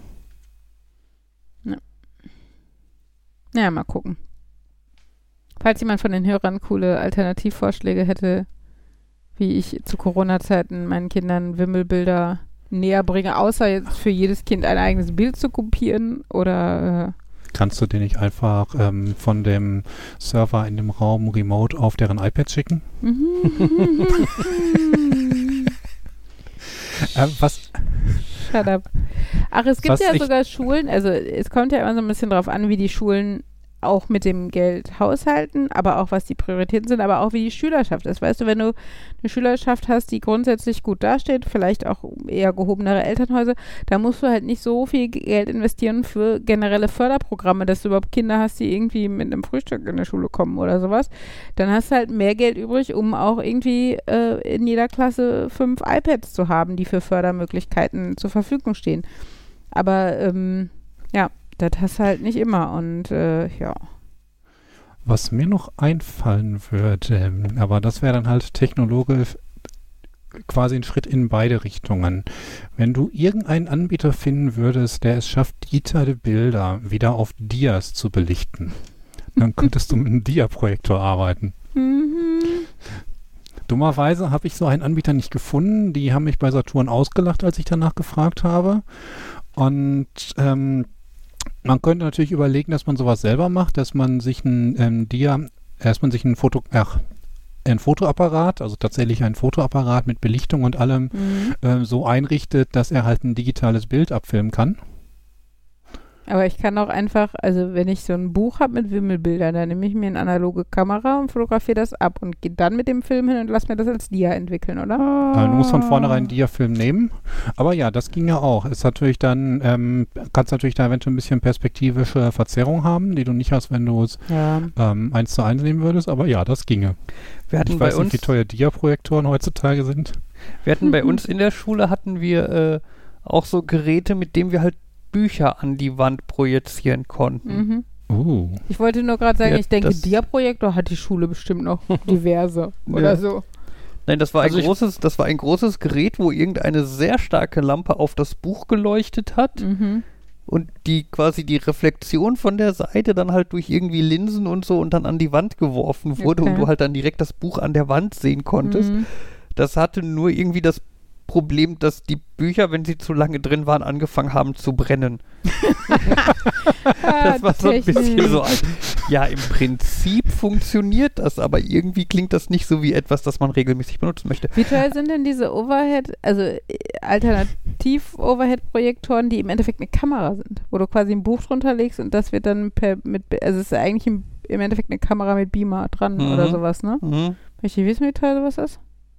Ja, mal gucken. Falls jemand von den Hörern coole Alternativvorschläge hätte, wie ich zu Corona-Zeiten meinen Kindern Wimmelbilder näher bringe, außer jetzt für jedes Kind ein eigenes Bild zu kopieren oder Kannst du den nicht einfach ähm, von dem Server in dem Raum remote auf deren iPad schicken? äh, Äh, was, Shut up. Ach, es gibt Was ja ich- sogar Schulen, also es kommt ja immer so ein bisschen drauf an, wie die Schulen auch mit dem Geld haushalten, aber auch was die Prioritäten sind, aber auch wie die Schülerschaft ist. Weißt du, wenn du eine Schülerschaft hast, die grundsätzlich gut dasteht, vielleicht auch eher gehobenere Elternhäuser, da musst du halt nicht so viel Geld investieren für generelle Förderprogramme, dass du überhaupt Kinder hast, die irgendwie mit einem Frühstück in der Schule kommen oder sowas. Dann hast du halt mehr Geld übrig, um auch irgendwie äh, in jeder Klasse fünf iPads zu haben, die für Fördermöglichkeiten zur Verfügung stehen. Aber ähm, ja, das hast du halt nicht immer und äh, ja. Was mir noch einfallen würde, aber das wäre dann halt technologisch quasi ein Schritt in beide Richtungen. Wenn du irgendeinen Anbieter finden würdest, der es schafft, digitale Bilder wieder auf Dias zu belichten, dann könntest du mit einem Dia-Projektor arbeiten. Mhm. Dummerweise habe ich so einen Anbieter nicht gefunden. Die haben mich bei Saturn ausgelacht, als ich danach gefragt habe. Und ähm, man könnte natürlich überlegen, dass man sowas selber macht, dass man sich ein ähm, Dia, dass man sich ein Foto, ach, ein Fotoapparat, also tatsächlich ein Fotoapparat mit Belichtung und allem Mhm. äh, so einrichtet, dass er halt ein digitales Bild abfilmen kann. Aber ich kann auch einfach, also wenn ich so ein Buch habe mit Wimmelbildern, dann nehme ich mir eine analoge Kamera und fotografiere das ab und gehe dann mit dem Film hin und lasse mir das als Dia entwickeln, oder? Äh, du musst von vornherein einen Dia-Film nehmen. Aber ja, das ging ja auch. Ist natürlich dann, ähm, kannst natürlich da eventuell ein bisschen perspektivische Verzerrung haben, die du nicht hast, wenn du es Ja. ähm, eins zu eins nehmen würdest. Aber ja, das ginge. Wir hatten Ich bei weiß uns, nicht, wie teuer Dia-Projektoren heutzutage sind. wir hatten bei uns in der Schule hatten wir äh, auch so Geräte, mit denen wir halt Bücher an die Wand projizieren konnten. Mhm. Uh. Ich wollte nur gerade sagen, Ja, ich denke, das- Dia-Projektor hat die Schule bestimmt noch diverse oder Ja. so. Nein, das war ein Also ich- großes, das war ein großes Gerät, wo irgendeine sehr starke Lampe auf das Buch geleuchtet hat Mhm. und die quasi die Reflexion von der Seite dann halt durch irgendwie Linsen und so und dann an die Wand geworfen wurde Okay. und du halt dann direkt das Buch an der Wand sehen konntest. Mhm. Das hatte nur irgendwie das Problem, dass die Bücher, wenn sie zu lange drin waren, angefangen haben zu brennen. Ah, Das war so ein bisschen Technik. so, ein- ja, im Prinzip funktioniert das, aber irgendwie klingt das nicht so wie etwas, das man regelmäßig benutzen möchte. Wie teuer sind denn diese Overhead, also äh, Alternativ-Overhead-Projektoren, die im Endeffekt eine Kamera sind, wo du quasi ein Buch drunter legst und das wird dann per, mit, also es ist eigentlich im, im Endeffekt eine Kamera mit Beamer dran Mhm. oder sowas, ne? Mhm. Möchte ich wissen, wie teuer sowas ist?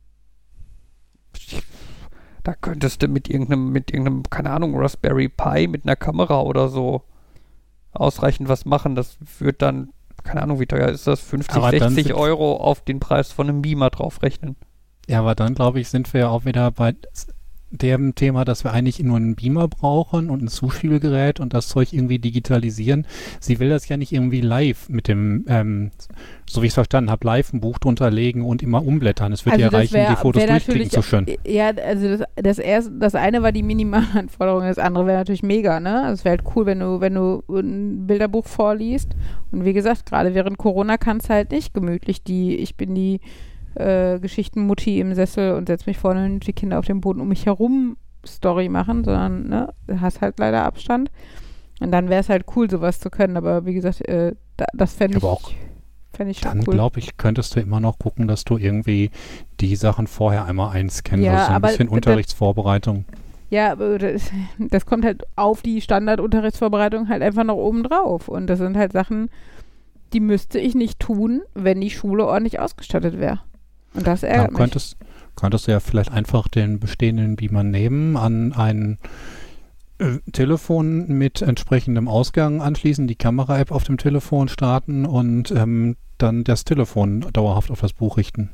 Da könntest du mit irgendeinem, mit irgendeinem, keine Ahnung, Raspberry Pi mit einer Kamera oder so ausreichend was machen. Das wird dann, keine Ahnung, wie teuer ist das? fünfzig, Aber dann sechzig sind- Euro auf den Preis von einem Beamer draufrechnen. Ja, aber dann, glaube ich, sind wir ja auch wieder bei s- dem Thema, dass wir eigentlich nur einen Beamer brauchen und ein Zuspielgerät und das Zeug irgendwie digitalisieren. Sie will das ja nicht irgendwie live mit dem, ähm, so wie ich es verstanden habe, live ein Buch drunter legen und immer umblättern. Es wird ja Also das reichen, wär- die Fotos wär durchklicken zu schön. Ja, also das, das erste, das eine war die Minimalanforderung, das andere wäre natürlich mega, ne? Also es wäre halt cool, wenn du, wenn du ein Bilderbuch vorliest. Und wie gesagt, gerade während Corona kannst du halt nicht gemütlich die, ich bin die äh, Geschichtenmutti im Sessel und setz mich vorne und die Kinder auf dem Boden um mich herum Story machen, sondern ne, du hast halt leider Abstand. Und dann wäre es halt cool, sowas zu können. Aber wie gesagt, äh, da, das fände ich, Aber auch fänd ich schon Dann, cool. glaube ich, könntest du immer noch gucken, dass du irgendwie die Sachen vorher einmal einscannst. Ja, also so ein aber bisschen da- Unterrichtsvorbereitung. Ja, aber das, das kommt halt auf die Standardunterrichtsvorbereitung halt einfach noch oben drauf. Und das sind halt Sachen, die müsste ich nicht tun, wenn die Schule ordentlich ausgestattet wäre. Und das Dann ärgert mich. könntest, könntest du ja vielleicht einfach den bestehenden Beamer nehmen, an ein äh, Telefon mit entsprechendem Ausgang anschließen, die Kamera-App auf dem Telefon starten und ähm, dann das Telefon dauerhaft auf das Buch richten.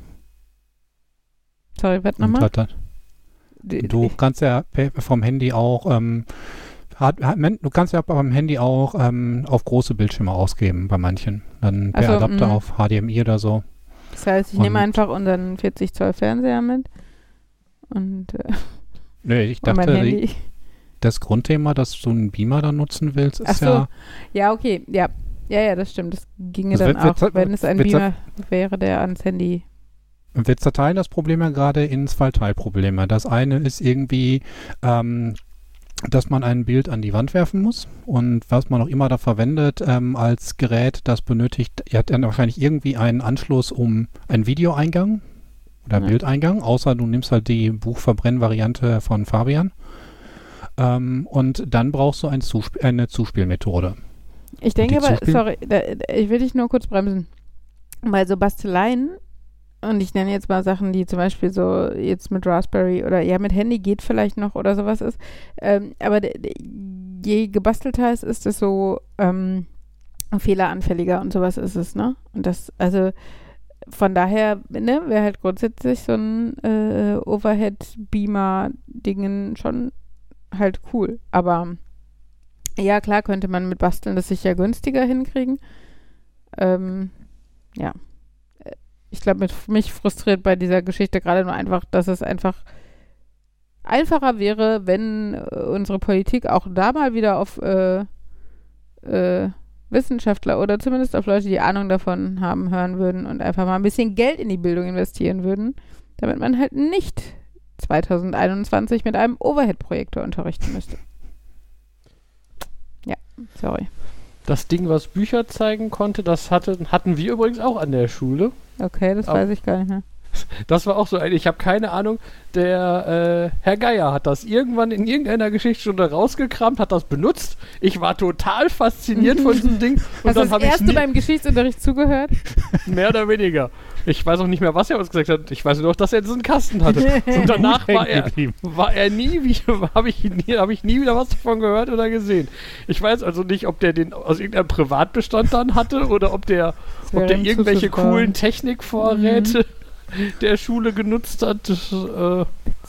Sorry, was Und nochmal? halt dann, Die- du die- kannst ja pe- vom Handy auch ähm, hat, hat, du kannst ja beim Handy auch ähm, auf große Bildschirme ausgeben bei manchen. Dann per Ach so, Adapter mhm. auf H D M I oder so. Das heißt, ich nehme und- einfach unseren vierzig Zoll Fernseher mit und, äh, Nee, ich und mein dachte, Handy. die, das Grundthema, dass du einen Beamer dann nutzen willst, Ach ist so. ja Ja, okay, ja. Ja, ja, das stimmt. Das ginge Das dann wird- wird- auch, wenn es ein wird- Beamer wäre, der ans Handy. Wir zerteilen das Problem ja gerade in zwei Teilprobleme. Das eine ist irgendwie, ähm, dass man ein Bild an die Wand werfen muss und was man auch immer da verwendet ähm, als Gerät, das benötigt, ihr habt dann wahrscheinlich irgendwie einen Anschluss um einen Videoeingang oder Ja. Bildeingang, außer du nimmst halt die Buchverbrenn-Variante von Fabian. Ähm, und dann brauchst du ein Zusp- eine Zuspielmethode. Ich denke die aber, Zuspiel- sorry, da, ich will dich nur kurz bremsen. Weil so Basteleien, und ich nenne jetzt mal Sachen, die zum Beispiel so jetzt mit Raspberry oder ja mit Handy geht vielleicht noch oder sowas ist, ähm, aber d- d- je gebastelter es ist, desto ähm, fehleranfälliger und sowas ist es, ne? Und das, also von daher, ne, wäre halt grundsätzlich so ein äh, Overhead-Beamer-Dingen schon halt cool. Aber ja, klar könnte man mit Basteln das sicher günstiger hinkriegen. Ähm, ja. Ich glaube, mich frustriert bei dieser Geschichte gerade nur einfach, dass es einfach einfacher wäre, wenn äh, unsere Politik auch da mal wieder auf äh, äh, Wissenschaftler oder zumindest auf Leute, die Ahnung davon haben, hören würden und einfach mal ein bisschen Geld in die Bildung investieren würden, damit man halt nicht zwanzig einundzwanzig mit einem Overhead-Projektor unterrichten müsste. Ja, sorry. Das Ding, was Bücher zeigen konnte, das hatte, hatten wir übrigens auch an der Schule. Okay, das Aber- weiß ich gar nicht mehr. Das war auch so ein, ich habe keine Ahnung, der äh, Herr Geier hat das irgendwann in irgendeiner Geschichtsstunde rausgekramt, hat das benutzt. Ich war total fasziniert von diesem Ding. Und Hast du dann das habe ich erste nie, beim Geschichtsunterricht zugehört? mehr oder weniger. Ich weiß auch nicht mehr, was er uns gesagt hat. Ich weiß nur noch, dass er diesen Kasten hatte. Und danach war er, geblieben. war er nie, wie habe ich, nie- hab ich nie wieder was davon gehört oder gesehen. Ich weiß also nicht, ob der den aus irgendeinem Privatbestand dann hatte oder ob der, Das ob wäre der ihm irgendwelche zuzutrauen. coolen Technikvorräte der Schule genutzt hat. Das, äh,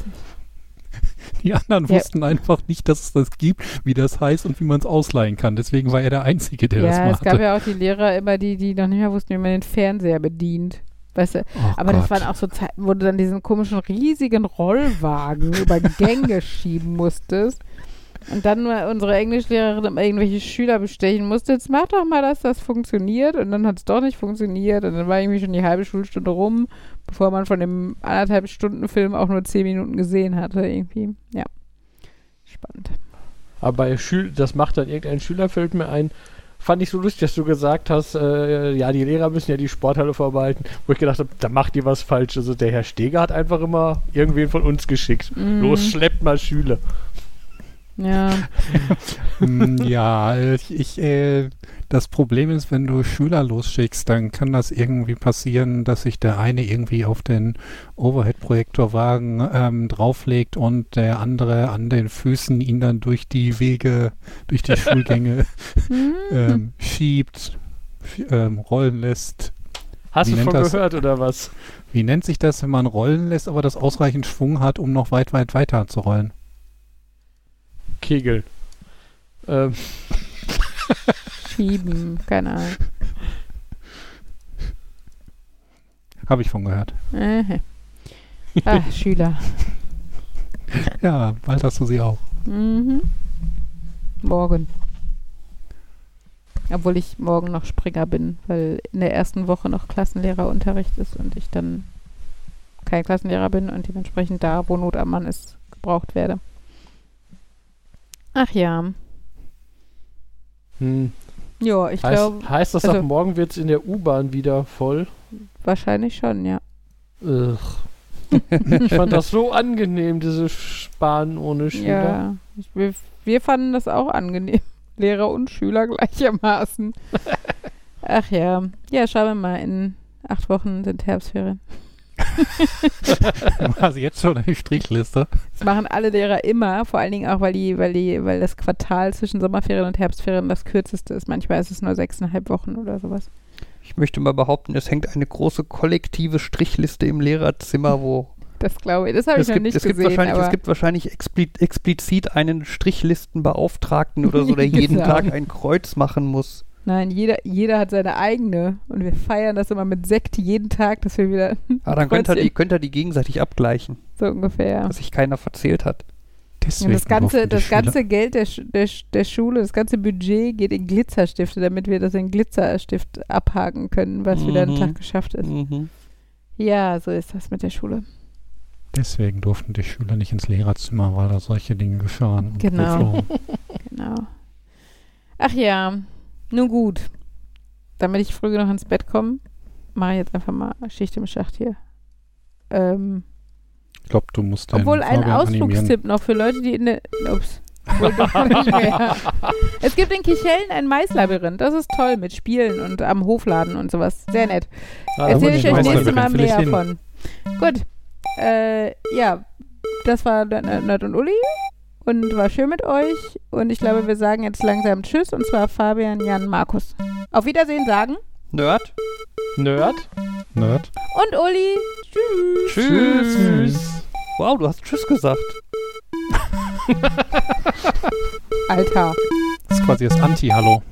Die anderen Ja. wussten einfach nicht, dass es das gibt, wie das heißt und wie man es ausleihen kann. Deswegen war er der Einzige, der das Ja, es machte. gab ja auch die Lehrer immer, die, die noch nicht mehr wussten, wie man den Fernseher bedient. Weißt du? Oh Aber Gott. das waren auch so Zeiten, wo du dann diesen komischen riesigen Rollwagen über Gänge schieben musstest. Und dann nur unsere Englischlehrerin immer irgendwelche Schüler bestechen musste. Jetzt mach doch mal, dass das funktioniert. Und dann hat es doch nicht funktioniert. Und dann war irgendwie schon die halbe Schulstunde rum, bevor man von dem anderthalb Stunden Film auch nur zehn Minuten gesehen hatte. Irgendwie. Ja. Spannend. Aber bei Schül das macht dann irgendein Schüler, fällt mir ein. Fand ich so lustig, dass du gesagt hast, äh, ja, die Lehrer müssen ja die Sporthalle vorbehalten. Wo ich gedacht habe, da macht ihr was falsch. Also der Herr Steger hat einfach immer irgendwen von uns geschickt. Mm. Los, schleppt mal Schüler. Ja. Hm, ja, äh, ich, ich, äh, das Problem ist, wenn du Schüler losschickst, dann kann das irgendwie passieren, dass sich der eine irgendwie auf den Overhead-Projektorwagen ähm, drauflegt und der andere an den Füßen ihn dann durch die Wege, durch die Schulgänge Hm. ähm, schiebt, sch- ähm, rollen lässt. Hast Wie du nennt von das? gehört oder was? Wie nennt sich das, wenn man rollen lässt, aber das ausreichend Schwung hat, um noch weit, weit weiter zu rollen? Kegeln. Ähm, Schieben. Keine Ahnung. Habe ich von gehört. Äh. Ah, Schüler. Ja, bald hast du sie auch. Mhm. Morgen. Obwohl ich morgen noch Springer bin, weil in der ersten Woche noch Klassenlehrerunterricht ist und ich dann kein Klassenlehrer bin und dementsprechend da, wo Not am Mann ist, gebraucht werde. Ach ja. hm. Ja, ich heißt, glaube, heißt das, also- ab morgen wird es in der U-Bahn wieder voll? wahrscheinlich schon, ja. Ugh. Ich fand das so angenehm, diese Sparen ohne Schüler. Ja, ich, wir, wir fanden das auch angenehm. Lehrer und Schüler gleichermaßen. Ach ja. Ja, schauen wir mal. In acht Wochen sind Herbstferien. Du hast jetzt schon eine Strichliste. Das machen alle Lehrer immer, vor allen Dingen auch, weil die, weil die, weil das Quartal zwischen Sommerferien und Herbstferien das kürzeste ist. Manchmal ist es nur sechseinhalb Wochen oder sowas. Ich möchte mal behaupten, es hängt eine große kollektive Strichliste im Lehrerzimmer, wo Das glaube ich. Das habe ich es noch gibt, nicht es gibt gesehen. wahrscheinlich, aber es gibt wahrscheinlich expli explizit einen Strichlistenbeauftragten oder so, der jeden Genau. Tag ein Kreuz machen muss. Nein, jeder, jeder hat seine eigene. Und wir feiern das immer mit Sekt jeden Tag, dass wir wieder Ah, dann könnt ihr, Kreuz die, könnt ihr die gegenseitig abgleichen, so ungefähr. dass sich keiner verzählt hat. Und Deswegen das ganze, durften die das Schüler- ganze Geld der, Sch- der, Sch- der Schule, das ganze Budget geht in Glitzerstifte, damit wir das in Glitzerstift abhaken können, was wieder einen Mhm. Tag geschafft ist. Mhm. Ja, so ist das mit der Schule. Deswegen durften die Schüler nicht ins Lehrerzimmer, weil da solche Dinge geschahen. und Genau. geflogen. Genau. Ach ja, nun gut. Damit ich früh genug ins Bett komme, mache ich jetzt einfach mal Schicht im Schacht hier. Ähm, Ich glaube, du musst deinen obwohl ein Fabian animieren. Ausflugstipp noch für Leute, die in der, ups, wohl doch nicht mehr. Es gibt in Kichellen ein Maislabyrinth. Das ist toll mit Spielen und am Hofladen und sowas. Sehr nett. Ah, Erzähle ich euch Maislabyrinth nächstes Mal will ich mehr hin. von. Gut. Äh, ja, das war Nerd und Uli und war schön mit euch. Und ich glaube, wir sagen jetzt langsam Tschüss. Und zwar Fabian, Jan, Markus. Auf Wiedersehen sagen. Nerd. Nerd. Nerd. Und Uli. Tschüss. Tschüss. Wow, du hast Tschüss gesagt. Alter. Das ist quasi das Anti-Hallo.